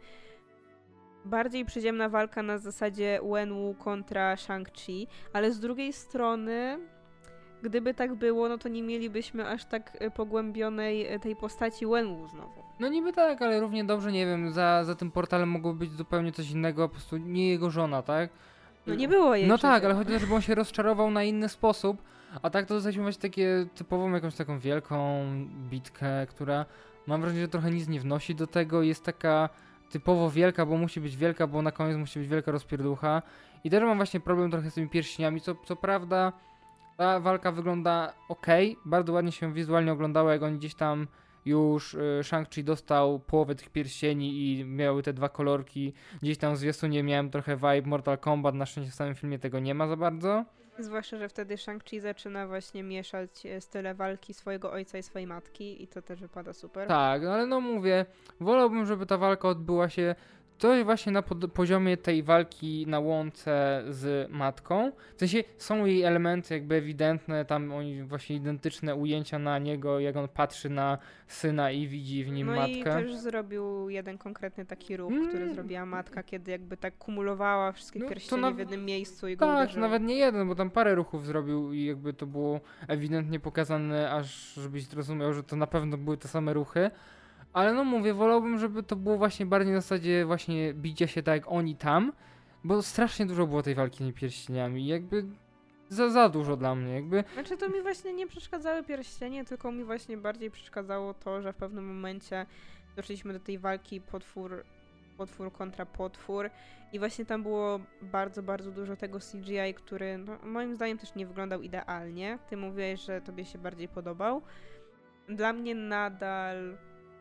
S1: bardziej przyziemna walka na zasadzie Wenwu kontra Shang-Chi, ale z drugiej strony, gdyby tak było, no to nie mielibyśmy aż tak pogłębionej tej postaci Wenwu znowu.
S2: no niby tak, ale równie dobrze, nie wiem, za tym portalem mogło być zupełnie coś innego, po prostu nie jego żona, tak?
S1: No nie było jej
S2: No
S1: przecież.
S2: tak, ale chodzi o to, żeby on się rozczarował na inny sposób, a tak to dostaliśmy właśnie takie typową jakąś taką wielką bitkę, która mam wrażenie, że trochę nic nie wnosi do tego, jest taka typowo wielka, bo musi być wielka, bo na koniec musi być wielka rozpierducha i też mam właśnie problem trochę z tymi pierścieniami, co prawda ta walka wygląda okej, bardzo ładnie się wizualnie oglądało, jak oni gdzieś tam już Shang-Chi dostał połowę tych pierścieni i miały te dwa kolorki. Gdzieś tam w zwiastunie miałem trochę vibe Mortal Kombat, na szczęście w samym filmie tego nie ma za bardzo.
S1: Zwłaszcza, że wtedy Shang-Chi zaczyna właśnie mieszać style walki swojego ojca i swojej matki i to też wypada super.
S2: Tak, ale no mówię, wolałbym, żeby ta walka odbyła się coś właśnie na poziomie tej walki na łące z matką. W sensie są jej elementy jakby ewidentne, tam oni właśnie identyczne ujęcia na niego, jak on patrzy na syna i widzi w nim
S1: No
S2: matkę.
S1: i też zrobił jeden konkretny taki ruch, który zrobiła matka, kiedy jakby tak kumulowała wszystkie pierścienie w jednym miejscu i go
S2: Tak,
S1: uderzyła.
S2: nawet nie jeden, bo tam parę ruchów zrobił i jakby to było ewidentnie pokazane, aż żebyś zrozumiał, że to na pewno były te same ruchy. Ale no mówię, wolałbym, żeby to było właśnie bardziej na zasadzie właśnie bicia się tak jak oni tam, bo strasznie dużo było tej walki tymi pierścieniami i jakby za dużo dla mnie, jakby.
S1: Znaczy to mi właśnie nie przeszkadzały pierścienie, tylko mi właśnie bardziej przeszkadzało to, że w pewnym momencie doszliśmy do tej walki potwór kontra potwór i właśnie tam było bardzo, bardzo dużo tego CGI, który no, moim zdaniem też nie wyglądał idealnie. Ty mówiłeś, że tobie się bardziej podobał. Dla mnie nadal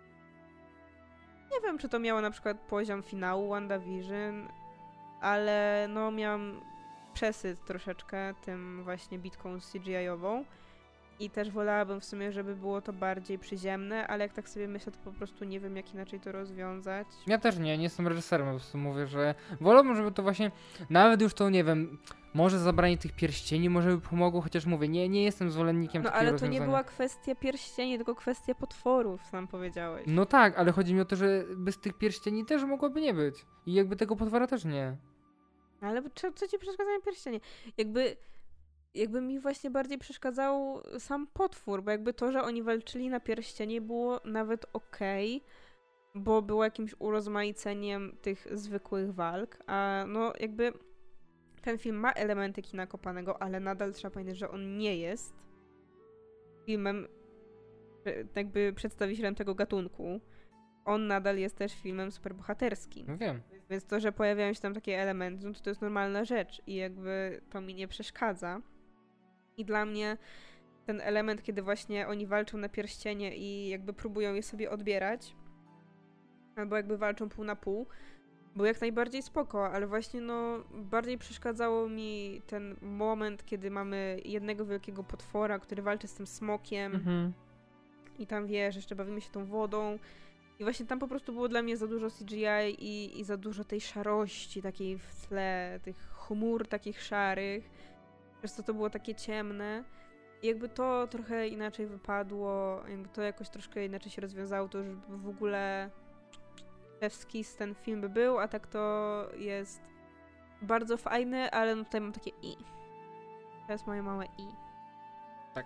S1: nie wiem, czy to miało na przykład poziom finału WandaVision, ale no miałam przesyt troszeczkę tym właśnie bitką CGI-ową i też wolałabym w sumie, żeby było to bardziej przyziemne, ale jak tak sobie myślę, to po prostu nie wiem, jak inaczej to rozwiązać.
S2: Ja też nie jestem reżyserem, po prostu mówię, że wolałbym, żeby to właśnie, nawet już to nie wiem, może zabranie tych pierścieni może by pomogło, chociaż mówię, nie jestem zwolennikiem
S1: No
S2: takiego
S1: ale to
S2: rozwiązania.
S1: nie była kwestia pierścieni, tylko kwestia potworów, sam powiedziałeś.
S2: No tak, ale chodzi mi o to, że bez tych pierścieni też mogłoby nie być i jakby tego potwora też nie.
S1: Ale co ci przeszkadzają pierścienie? Jakby mi właśnie bardziej przeszkadzał sam potwór, bo jakby to, że oni walczyli na pierścienie było nawet okej, bo było jakimś urozmaiceniem tych zwykłych walk, a no jakby ten film ma elementy kina kopanego, ale nadal trzeba pamiętać, że on nie jest filmem jakby przedstawicielem tego gatunku. On nadal jest też filmem superbohaterskim.
S2: No wiem.
S1: Więc to, że pojawiają się tam takie elementy, no to jest normalna rzecz i jakby to mi nie przeszkadza. I dla mnie ten element, kiedy właśnie oni walczą na pierścienie i jakby próbują je sobie odbierać, albo jakby walczą pół na pół, był jak najbardziej spoko, ale właśnie no bardziej przeszkadzało mi ten moment, kiedy mamy jednego wielkiego potwora, który walczy z tym smokiem i tam wiesz, jeszcze bawimy się tą wodą. I właśnie tam po prostu było dla mnie za dużo CGI i za dużo tej szarości takiej w tle, tych chmur takich szarych, przez co to było takie ciemne. I jakby to trochę inaczej wypadło, jakby to jakoś troszkę inaczej się rozwiązało, to już w ogóle z ten film by był, a tak to jest bardzo fajny, ale no tutaj mam takie i. To jest moje małe i.
S2: Tak.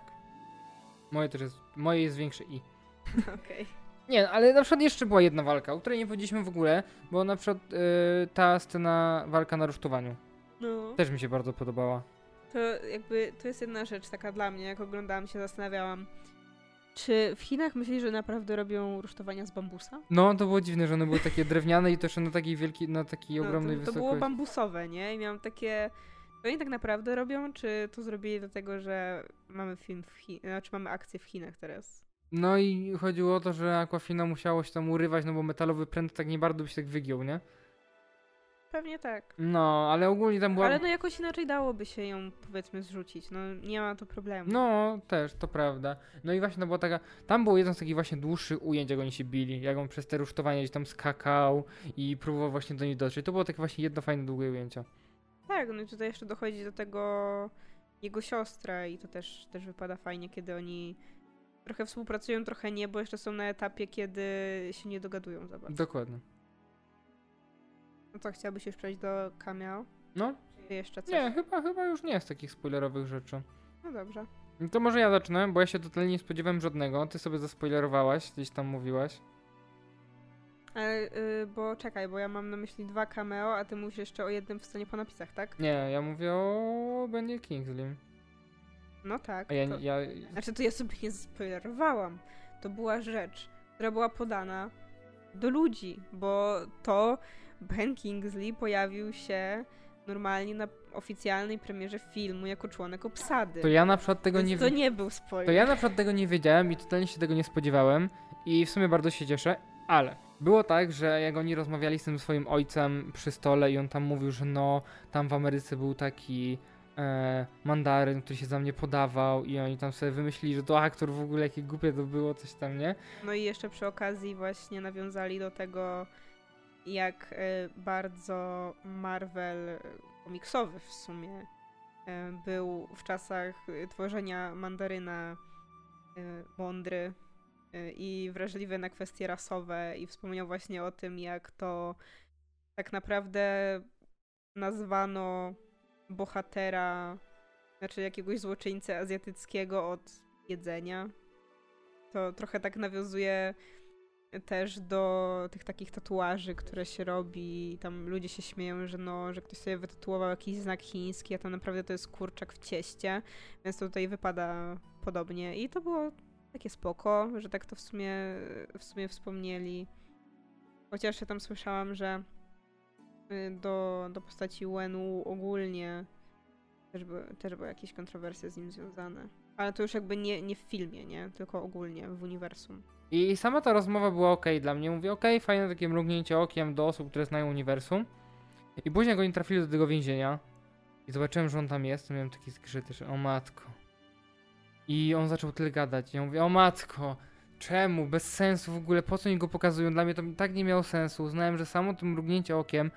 S2: Moje jest większe i.
S1: Okej.
S2: Nie, ale na przykład jeszcze była jedna walka, o której nie powiedzieliśmy w ogóle, bo na przykład ta scena walka na rusztowaniu
S1: No.
S2: też mi się bardzo podobała.
S1: To jakby, to jest jedna rzecz taka dla mnie, jak oglądałam się zastanawiałam, czy w Chinach myślisz, że naprawdę robią rusztowania z bambusa?
S2: No, to było dziwne, że one były takie drewniane i to jeszcze na takiej wielkiej, na takiej ogromnej
S1: to
S2: wysokości.
S1: było bambusowe, nie? I miałam takie, to oni tak naprawdę robią, czy to zrobili dlatego, że mamy film znaczy mamy akcję w Chinach teraz?
S2: No i chodziło o to, że Aquafina musiało się tam urywać, no bo metalowy pręt tak nie bardzo by się tak wygiął, nie?
S1: Pewnie tak.
S2: No, ale ogólnie tam była...
S1: Ale no jakoś inaczej dałoby się ją, powiedzmy, zrzucić. No nie ma to problemu.
S2: No, też, to prawda. No i właśnie to była taka... Tam było jedno z takich właśnie dłuższych ujęć, jak oni się bili. Jak on przez te rusztowania gdzieś tam skakał i próbował właśnie do nich dotrzeć. To było takie właśnie jedno fajne, długie ujęcie.
S1: Tak, no i tutaj jeszcze dochodzi do tego jego siostra i to też wypada fajnie, kiedy oni trochę współpracują, trochę nie, bo jeszcze są na etapie, kiedy się nie dogadują za bardzo.
S2: Dokładnie.
S1: No co, chciałbyś już przejść do cameo?
S2: No.
S1: Czy jeszcze coś?
S2: Nie, chyba już nie jest takich spoilerowych rzeczy.
S1: No dobrze.
S2: No to może ja zacznę, bo ja się totalnie nie spodziewałem żadnego. Ty sobie zaspoilerowałaś, gdzieś tam mówiłaś.
S1: Ale, bo czekaj, bo ja mam na myśli 2 cameo, a ty mówisz jeszcze o jednym w scenie po napisach, tak?
S2: Nie, ja mówię o Benie Kingsley.
S1: No tak.
S2: A ja,
S1: to...
S2: ja...
S1: Znaczy to ja sobie nie zaspoilerowałam. To była rzecz, która była podana do ludzi, bo to Ben Kingsley pojawił się normalnie na oficjalnej premierze filmu jako członek obsady.
S2: To ja na przykład tego
S1: Więc
S2: nie...
S1: to nie był spoiler.
S2: To ja na przykład tego nie wiedziałem i totalnie się tego nie spodziewałem i w sumie bardzo się cieszę, ale było tak, że jak oni rozmawiali z tym swoim ojcem przy stole i on tam mówił, że no, tam w Ameryce był taki mandaryn, który się za mnie podawał i oni tam sobie wymyślili, że to aktor w ogóle, jakie głupie to było, coś tam, nie?
S1: No i jeszcze przy okazji właśnie nawiązali do tego, jak bardzo Marvel komiksowy w sumie był w czasach tworzenia Mandaryna mądry i wrażliwy na kwestie rasowe i wspomniał właśnie o tym, jak to tak naprawdę nazwano bohatera, znaczy jakiegoś złoczyńcę azjatyckiego od jedzenia. To trochę tak nawiązuje też do tych takich tatuaży, które się robi i tam ludzie się śmieją, że no, że ktoś sobie wytatuował jakiś znak chiński, a tam naprawdę to jest kurczak w cieście, więc to tutaj wypada podobnie i to było takie spoko, że tak to w sumie wspomnieli. Chociaż ja tam słyszałam, że do postaci Wenu ogólnie też były jakieś kontrowersje z nim związane. Ale to już jakby nie w filmie, nie? Tylko ogólnie w uniwersum.
S2: I sama ta rozmowa była okej dla mnie. Mówię, okej, fajne takie mrugnięcie okiem do osób, które znają uniwersum. I później jak oni trafili do tego więzienia i zobaczyłem, że on tam jest, to miałem taki zgrzyty, że o matko. I on zaczął tyle gadać. Ja mówię, o matko, czemu? Bez sensu w ogóle, po co oni go pokazują? Dla mnie to tak nie miało sensu. Uznałem, że samo to mrugnięcie okiem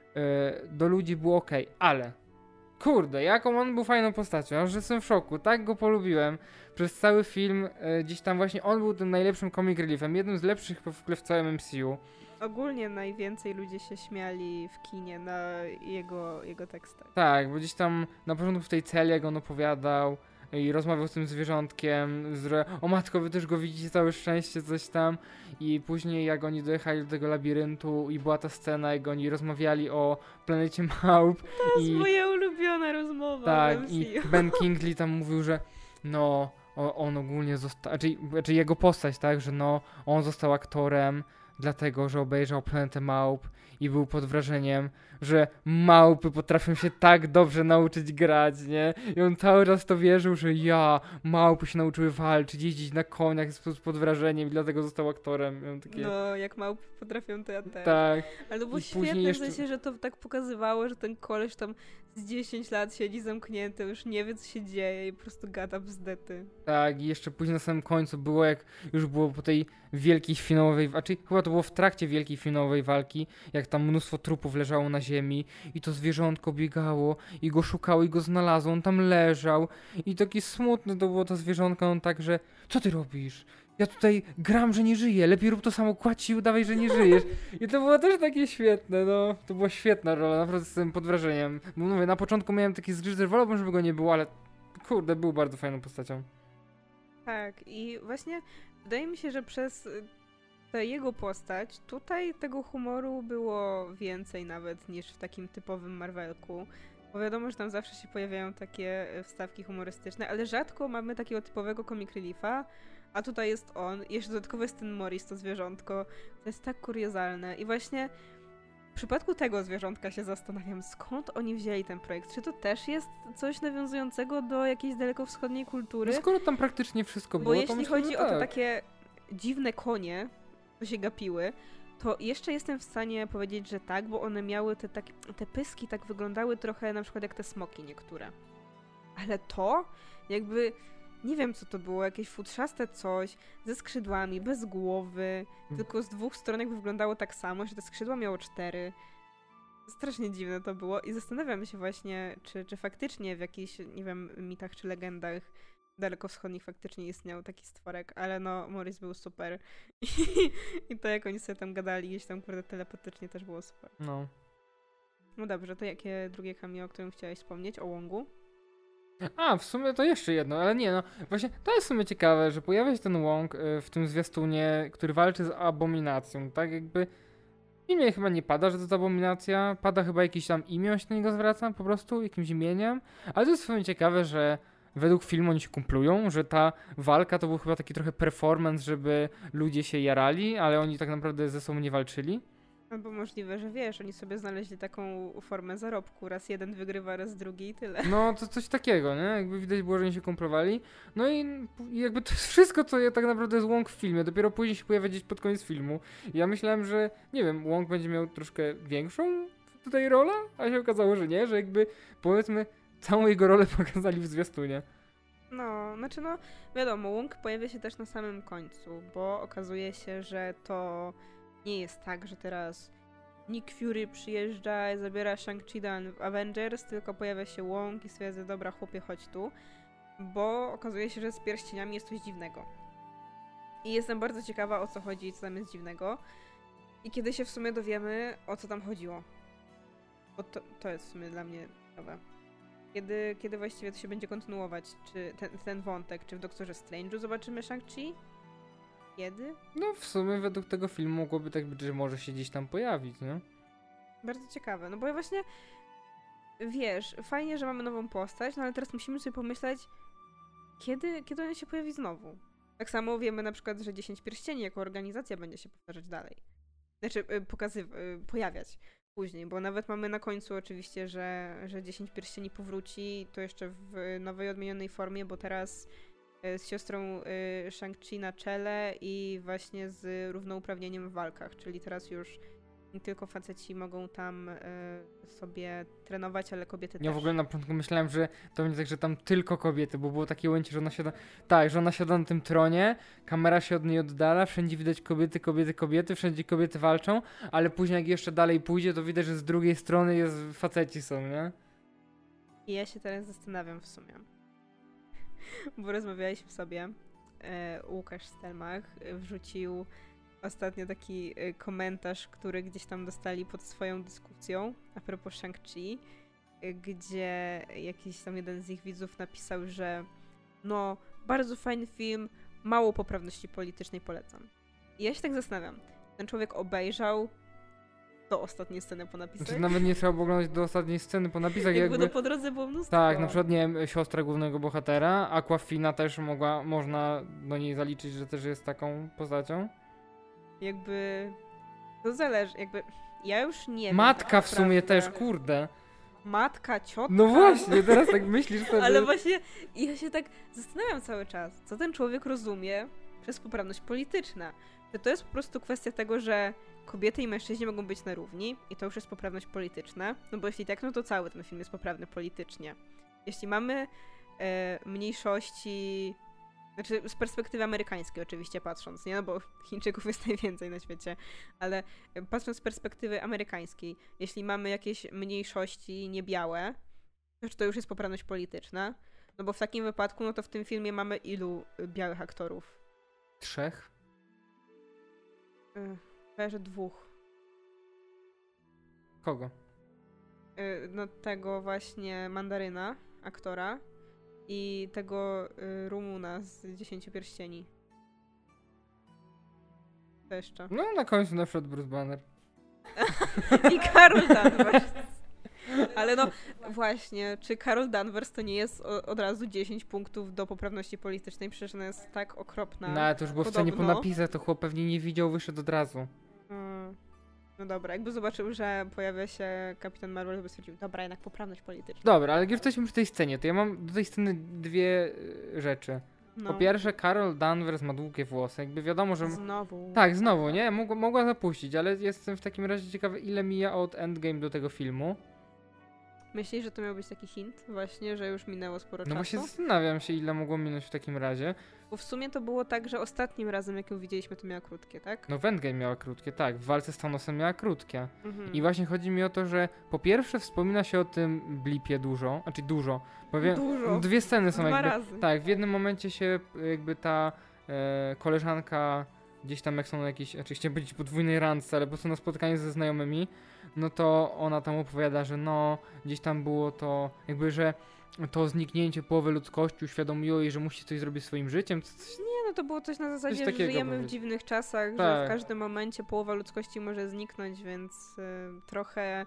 S2: do ludzi było okej, ale kurde, jaką on był fajną postacią, aż jestem w szoku, tak go polubiłem. Przez cały film gdzieś tam właśnie on był tym najlepszym comic reliefem, jednym z lepszych w ogóle w całym MCU.
S1: Ogólnie najwięcej ludzie się śmiali w kinie na jego tekstach.
S2: Tak, bo gdzieś tam na początku w tej celi jak on opowiadał i rozmawiał z tym zwierzątkiem, że o matko, wy też go widzicie, całe szczęście, coś tam. I później jak oni dojechali do tego labiryntu i była ta scena, jak oni rozmawiali o planecie małp.
S1: To jest moja ulubiona rozmowa.
S2: Tak, i Ben Kingsley tam mówił, że no, on ogólnie został, znaczy jego postać, tak, że no, on został aktorem dlatego, że obejrzał Planetę Małp i był pod wrażeniem, że małpy potrafią się tak dobrze nauczyć grać, nie? I on cały czas to wierzył, że małpy się nauczyły walczyć, jeździć na koniach, jest pod wrażeniem i dlatego został aktorem. Takie...
S1: No, jak małpy potrafią, to ja też.
S2: Tak.
S1: Ale to było świetne, w sensie, że to tak pokazywało, że ten koleś tam z 10 lat siedzi zamknięty, już nie wie, co się dzieje i po prostu gada bzdety.
S2: Tak, i jeszcze później na samym końcu było, jak już było po tej wielkiej finałowej, chyba to było w trakcie wielkiej finałowej walki, jak tam mnóstwo trupów leżało na ziemi i to zwierzątko biegało i go szukało i go znalazło, on tam leżał i taki smutny to było to zwierzątko, on tak, że co ty robisz? Ja tutaj gram, że nie żyję, lepiej rób to samo, kładź się i udawaj, że nie żyjesz. I to było też takie świetne, no. To była świetna rola, naprawdę jestem pod wrażeniem. Bo mówię, na początku miałem taki zgrzyt, że wolałbym, żeby go nie było, ale kurde, był bardzo fajną postacią.
S1: Tak, i właśnie wydaje mi się, że przez tę jego postać tutaj tego humoru było więcej nawet niż w takim typowym Marvelku. Bo wiadomo, że tam zawsze się pojawiają takie wstawki humorystyczne, ale rzadko mamy takiego typowego comic reliefa, a tutaj jest on. I jeszcze dodatkowo jest ten Morris, to zwierzątko. To jest tak kuriozalne. I właśnie w przypadku tego zwierzątka się zastanawiam, skąd oni wzięli ten projekt. Czy to też jest coś nawiązującego do jakiejś dalekowschodniej kultury?
S2: No skoro tam praktycznie wszystko było,
S1: bo
S2: to
S1: jeśli
S2: myślę,
S1: chodzi
S2: że
S1: o te
S2: tak.
S1: takie dziwne konie, co się gapiły, to jeszcze jestem w stanie powiedzieć, że tak, bo one miały te pyski tak wyglądały trochę na przykład jak te smoki niektóre. Ale to jakby... Nie wiem, co to było, jakieś futrzaste coś, ze skrzydłami, bez głowy, tylko z dwóch stron jakby wyglądało tak samo, że te skrzydła miało 4. Strasznie dziwne to było i zastanawiam się właśnie, czy faktycznie w jakichś, nie wiem, mitach czy legendach dalekowschodnich faktycznie istniał taki stworek, ale no, Morris był super. I to, jak oni sobie tam gadali, gdzieś tam, kurde, telepatycznie też było super.
S2: No.
S1: No dobrze, to jakie drugie cameo, o którym chciałeś wspomnieć? O Wongu?
S2: A, w sumie to jeszcze jedno, ale nie no. Właśnie to jest w sumie ciekawe, że pojawia się ten Wong w tym zwiastunie, który walczy z Abominacją, tak jakby imię chyba nie pada, że to jest Abominacja, pada chyba jakieś tam imię, on się do niego zwraca po prostu, jakimś imieniem, ale to jest w sumie ciekawe, że według filmu oni się kumplują, że ta walka to był chyba taki trochę performance, żeby ludzie się jarali, ale oni tak naprawdę ze sobą nie walczyli.
S1: Albo możliwe, że wiesz, oni sobie znaleźli taką formę zarobku. Raz jeden wygrywa, raz drugi i tyle.
S2: No, to coś takiego, nie? Jakby widać było, że oni się kumplowali. No i jakby to jest wszystko, co tak naprawdę jest Wong w filmie. Dopiero później się pojawia gdzieś pod koniec filmu. Ja myślałem, że, nie wiem, Wong będzie miał troszkę większą tutaj rolę, a się okazało, że nie, że jakby, powiedzmy, całą jego rolę pokazali w zwiastunie.
S1: No, znaczy no, wiadomo, Wong pojawia się też na samym końcu, bo okazuje się, że to nie jest tak, że teraz Nick Fury przyjeżdża, zabiera Shang-Chi do Avengers, tylko pojawia się Wong i stwierdza, dobra chłopie, chodź tu, bo okazuje się, że z pierścieniami jest coś dziwnego. I jestem bardzo ciekawa, o co chodzi i co tam jest dziwnego. I kiedy się w sumie dowiemy, o co tam chodziło. Bo to jest w sumie dla mnie ciekawe. Kiedy właściwie to się będzie kontynuować? Czy ten wątek? Czy w Doktorze Strange'u zobaczymy Shang-Chi? Kiedy?
S2: No w sumie według tego filmu mogłoby tak być, że może się gdzieś tam pojawić, nie?
S1: Bardzo ciekawe, no bo ja właśnie, wiesz, fajnie, że mamy nową postać, no ale teraz musimy sobie pomyśleć, kiedy on się pojawi znowu. Tak samo wiemy na przykład, że 10 Pierścieni jako organizacja będzie się powtarzać dalej. Znaczy, pojawiać później, bo nawet mamy na końcu oczywiście, że 10 Pierścieni powróci, to jeszcze w nowej, odmienionej formie, bo teraz z siostrą Shang-Chi na czele i właśnie z równouprawnieniem w walkach, czyli teraz już nie tylko faceci mogą tam sobie trenować, ale kobiety też.
S2: Ja w ogóle na początku myślałem, że to będzie tak, że tam tylko kobiety, bo było takie ujęcie, że ona siada... Tak, że ona siada na tym tronie, kamera się od niej oddala, wszędzie widać kobiety, kobiety, kobiety, wszędzie kobiety walczą, ale później jak jeszcze dalej pójdzie, to widać, że z drugiej strony faceci są, nie?
S1: I ja się teraz zastanawiam w sumie, bo rozmawialiśmy sobie, Łukasz Stelmach wrzucił ostatnio taki komentarz, który gdzieś tam dostali pod swoją dyskusją a propos Shang-Chi, gdzie jakiś tam jeden z ich widzów napisał, że no, bardzo fajny film, mało poprawności politycznej, polecam. I ja się tak zastanawiam, ten człowiek obejrzał do ostatniej sceny po napisach?
S2: Znaczy, nawet nie trzeba było oglądać do ostatniej sceny po napisach.
S1: Jakby no po drodze było mnóstwo.
S2: Tak, na przykład, nie wiem, siostra głównego bohatera, Aquafina też można do niej zaliczyć, że też jest taką postacią.
S1: Jakby... To zależy, jakby... Ja już nie wiem.
S2: Matka w sumie
S1: naprawdę.
S2: też, kurde.
S1: Matka, ciotka.
S2: No właśnie, teraz tak myślisz sobie.
S1: Ale właśnie ja się tak zastanawiam cały czas, co ten człowiek rozumie przez poprawność polityczna. Czy to jest po prostu kwestia tego, że kobiety i mężczyźni mogą być na równi i to już jest poprawność polityczna? No bo jeśli tak, no to cały ten film jest poprawny politycznie. Jeśli mamy mniejszości... Znaczy z perspektywy amerykańskiej oczywiście patrząc, nie? No bo Chińczyków jest najwięcej na świecie, ale patrząc z perspektywy amerykańskiej, jeśli mamy jakieś mniejszości niebiałe, to już jest poprawność polityczna, no bo w takim wypadku, no to w tym filmie mamy ilu białych aktorów?
S2: 3?
S1: Chyba, że 2.
S2: Kogo?
S1: No tego właśnie Mandaryna, aktora, i tego Rumuna z 10 Pierścieni. To jeszcze.
S2: No na końcu na przykład Bruce Banner.
S1: I Carol Danvers. Ale no właśnie, czy Carol Danvers to nie jest od razu 10 punktów do poprawności politycznej? Przecież ona jest tak okropna.
S2: No ale to już było w scenie po napisach, to chłop pewnie nie widział, wyszedł od razu.
S1: No dobra, jakby zobaczył, że pojawia się Kapitan Marvel, to by stwierdził, dobra, jednak poprawność polityczna.
S2: Dobra, ale jak już jesteśmy przy tej scenie, to ja mam do tej sceny dwie rzeczy.
S1: No.
S2: Po pierwsze, Carol Danvers ma długie włosy, jakby wiadomo, że...
S1: Znowu.
S2: Tak, znowu, nie? Mogła zapuścić, ale jestem w takim razie ciekawy, ile mija od Endgame do tego filmu.
S1: Myślisz, że to miał być taki hint właśnie, że już minęło sporo
S2: No
S1: czasu?
S2: właśnie zastanawiam się, ile mogło minąć w takim razie.
S1: Bo w sumie to było tak, że ostatnim razem, jak ją widzieliśmy, to miała krótkie, tak?
S2: No w Endgame miała krótkie, tak, w walce z Thanosem miała krótkie.
S1: Mhm.
S2: I właśnie chodzi mi o to, że po pierwsze wspomina się o tym blipie dużo, znaczy dużo.
S1: Dużo.
S2: Dwie sceny są
S1: 2
S2: jakby...
S1: razy.
S2: Tak, w jednym momencie się jakby ta koleżanka gdzieś tam jak są na jakiejś, oczywiście być podwójnej randce, ale po prostu na spotkaniu ze znajomymi, no to ona tam opowiada, że no, gdzieś tam było to, jakby, że to zniknięcie połowy ludzkości uświadomiło jej, że musi coś zrobić swoim życiem.
S1: Nie, no to było coś na zasadzie, że
S2: takiego
S1: żyjemy w
S2: powiedzieć.
S1: dziwnych czasach, że
S2: Tak.
S1: w każdym momencie połowa ludzkości może zniknąć, więc trochę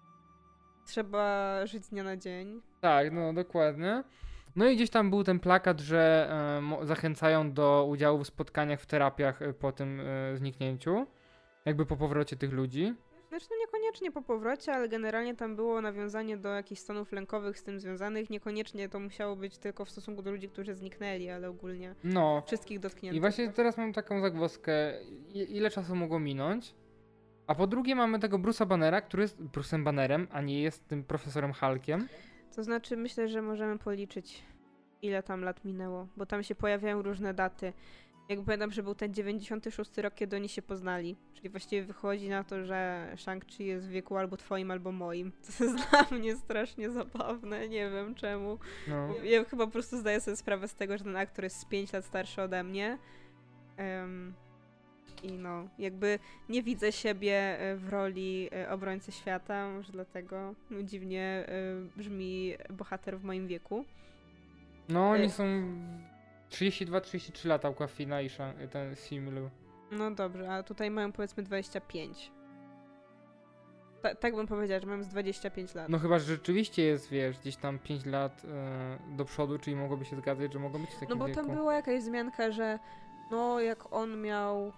S1: trzeba żyć z dnia na dzień.
S2: Tak, no dokładnie. No i gdzieś tam był ten plakat, że zachęcają do udziału w spotkaniach w terapiach po tym zniknięciu, jakby po powrocie tych ludzi.
S1: Znaczy, no niekoniecznie po powrocie, ale generalnie tam było nawiązanie do jakichś stanów lękowych z tym związanych. Niekoniecznie to musiało być tylko w stosunku do ludzi, którzy zniknęli, ale ogólnie
S2: No.
S1: wszystkich dotkniętych.
S2: I właśnie teraz mam taką zagwozdkę, ile czasu mogło minąć. A po drugie mamy tego Bruce'a Bannera, który jest Bruce'em Bannerem, a nie jest tym profesorem Hulkiem.
S1: To znaczy, myślę, że możemy policzyć, ile tam lat minęło, bo tam się pojawiają różne daty. Jak pamiętam, że był ten 96 rok, kiedy oni się poznali. Czyli właściwie wychodzi na to, że Shang-Chi jest w wieku albo twoim, albo moim. To jest dla mnie strasznie zabawne, nie wiem czemu.
S2: No.
S1: Ja chyba po prostu zdaję sobie sprawę z tego, że ten aktor jest z 5 lat starszy ode mnie. I no, jakby nie widzę siebie w roli obrońcy świata, może dlatego dziwnie brzmi bohater w moim wieku.
S2: No, oni są 32-33 lata Awkwafina i ten Simu.
S1: No dobrze, a tutaj mają powiedzmy 25. Tak bym powiedziała, że mam z 25 lat.
S2: No chyba, że rzeczywiście jest, wiesz, gdzieś tam 5 lat do przodu, czyli mogłoby się zgadzać, że mogą być w takim
S1: No bo
S2: wieku.
S1: tam była jakaś wzmianka, że no jak on miał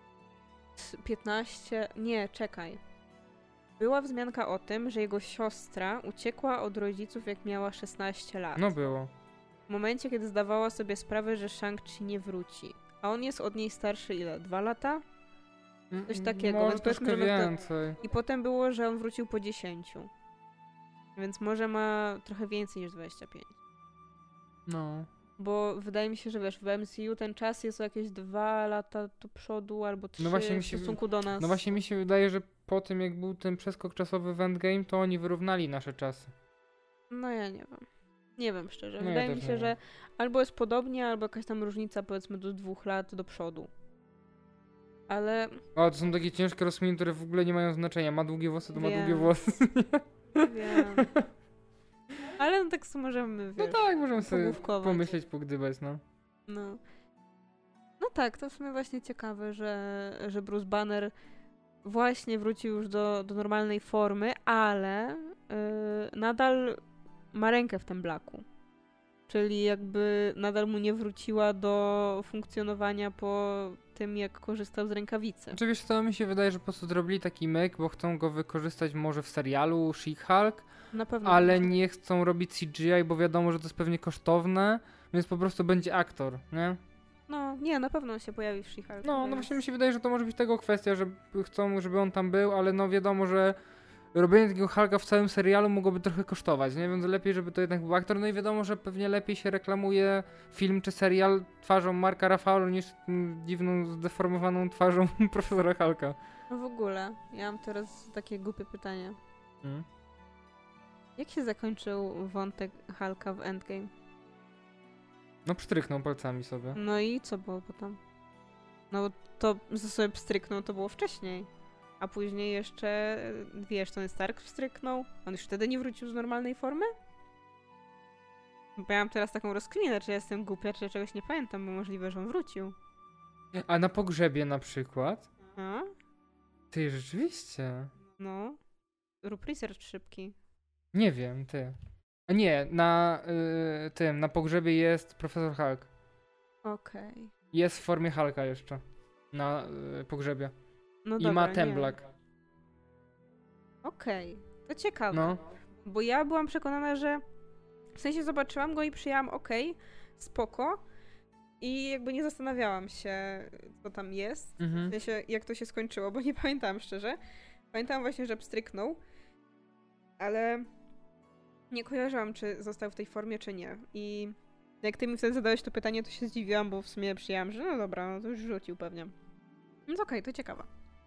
S1: 15... Nie, czekaj. Była wzmianka o tym, że jego siostra uciekła od rodziców jak miała 16 lat.
S2: No było.
S1: W momencie, kiedy zdawała sobie sprawę, że Shang-Chi nie wróci. A on jest od niej starszy ile? 2 lata? Coś takiego.
S2: Może
S1: Więc
S2: troszkę
S1: powiedzmy, że
S2: więcej.
S1: I potem było, że on wrócił po 10. Więc może ma trochę więcej niż 25.
S2: No.
S1: Bo wydaje mi się, że wiesz, w MCU ten czas jest o jakieś 2 lata do przodu albo 3
S2: właśnie
S1: w stosunku do nas.
S2: No właśnie mi się wydaje, że po tym jak był ten przeskok czasowy w Endgame, to oni wyrównali nasze czasy.
S1: No ja nie wiem. Nie wiem szczerze.
S2: No ja
S1: Wydaje
S2: też
S1: mi
S2: nie
S1: się,
S2: wiem.
S1: że albo jest podobnie, albo jakaś tam różnica powiedzmy do 2 lat do przodu. Ale
S2: O, to są takie ciężkie rozkminy, które w ogóle nie mają znaczenia. Ma długie włosy, to ma
S1: Wiem.
S2: długie włosy.
S1: wiem. Ale no tak sobie możemy,
S2: No
S1: wiesz,
S2: tak, możemy sobie
S1: pogłówkować.
S2: pomyśleć, pogdybać, no.
S1: No. No tak, to w sumie właśnie ciekawe, że Bruce Banner właśnie wrócił już do normalnej formy, ale nadal ma rękę w tym blaku. Czyli jakby nadal mu nie wróciła do funkcjonowania po tym, jak korzystał z rękawicy.
S2: Znaczy wiesz co, mi się wydaje, że po prostu zrobili taki myk, bo chcą go wykorzystać może w serialu She-Hulk,
S1: Na pewno.
S2: ale nie chcą robić CGI, bo wiadomo, że to jest pewnie kosztowne, więc po prostu będzie aktor, nie?
S1: No, nie, na pewno on się pojawi w She-Hulk.
S2: No
S1: więc-
S2: właśnie mi się wydaje, że to może być tego kwestia, że chcą, żeby on tam był, ale no wiadomo, że robienie takiego Hulka w całym serialu mogłoby trochę kosztować, nie? Więc lepiej, żeby to jednak był aktor. No i wiadomo, że pewnie lepiej się reklamuje film czy serial twarzą Marka Ruffalo niż dziwną, zdeformowaną twarzą profesora Hulka.
S1: No w ogóle, ja mam teraz takie głupie pytanie. Jak się zakończył wątek Hulka w Endgame?
S2: No pstryknął palcami sobie.
S1: No i co było potem? No to, że sobie pstryknął, to było wcześniej. A później jeszcze, wiesz, Tony Stark pstryknął. On już wtedy nie wrócił z normalnej formy? Bo ja mam teraz taką rozkminę, czy ja jestem głupia, czy ja czegoś nie pamiętam, bo możliwe, że on wrócił.
S2: A na pogrzebie na przykład?
S1: A?
S2: Ty, rzeczywiście.
S1: No. Rób research szybki.
S2: Nie wiem, ty. A nie, na na pogrzebie jest profesor Hulk.
S1: Okej.
S2: Jest w formie Hulka jeszcze. Na pogrzebie.
S1: No
S2: I
S1: dobra,
S2: ma
S1: nie.
S2: temblak.
S1: Okej. To ciekawe.
S2: No.
S1: Bo ja byłam przekonana, że w sensie zobaczyłam go i przyjęłam spoko. I jakby nie zastanawiałam się, co tam jest. W
S2: Mhm.
S1: sensie, jak to się skończyło, bo nie pamiętam szczerze. Pamiętam właśnie, że pstryknął, ale nie kojarzyłam, czy został w tej formie, czy nie. I jak ty mi wtedy zadałeś to pytanie, to się zdziwiłam, bo w sumie przyjęłam, że no dobra, no to już rzucił pewnie. Więc okej, to ciekawe.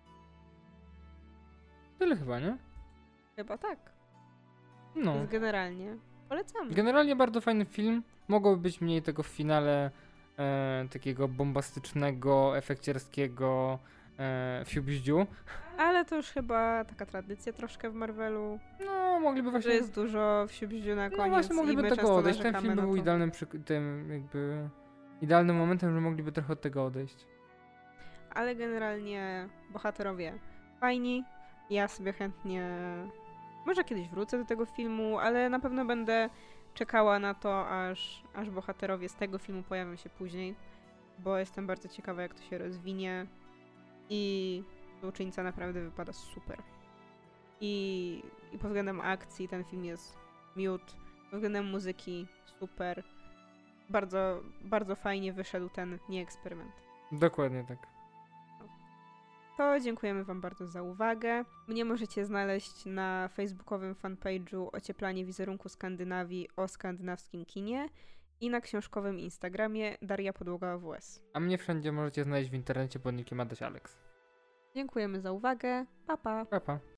S2: Tyle chyba, nie?
S1: Chyba tak.
S2: No.
S1: Więc generalnie polecamy.
S2: Generalnie bardzo fajny film. Mogłoby być mniej tego w finale takiego bombastycznego, efekciarskiego fiubździu.
S1: Ale to już chyba taka tradycja troszkę w Marvelu,
S2: No, mogliby
S1: że
S2: właśnie...
S1: jest dużo wsiubździu na koniec
S2: No właśnie
S1: i
S2: mogliby
S1: my
S2: tego
S1: często
S2: odejść. Ten
S1: narzekamy
S2: film
S1: na
S2: był
S1: to.
S2: idealnym tym jakby... Idealnym momentem, że mogliby trochę od tego odejść.
S1: Ale generalnie bohaterowie fajni. Ja sobie chętnie... Może kiedyś wrócę do tego filmu, ale na pewno będę czekała na to, aż bohaterowie z tego filmu pojawią się później, bo jestem bardzo ciekawa, jak to się rozwinie i Złoczyńca naprawdę wypada super. I pod względem akcji ten film jest miód, pod względem muzyki super. Bardzo, bardzo fajnie wyszedł ten nieeksperyment.
S2: Dokładnie tak.
S1: To dziękujemy wam bardzo za uwagę. Mnie możecie znaleźć na facebookowym fanpage'u Ocieplanie wizerunku Skandynawii o skandynawskim kinie i na książkowym Instagramie Daria Podłoga AWS.
S2: A mnie wszędzie możecie znaleźć w internecie pod nickiem Adaś Alex.
S1: Dziękujemy za uwagę. Pa, pa!
S2: Pa, pa.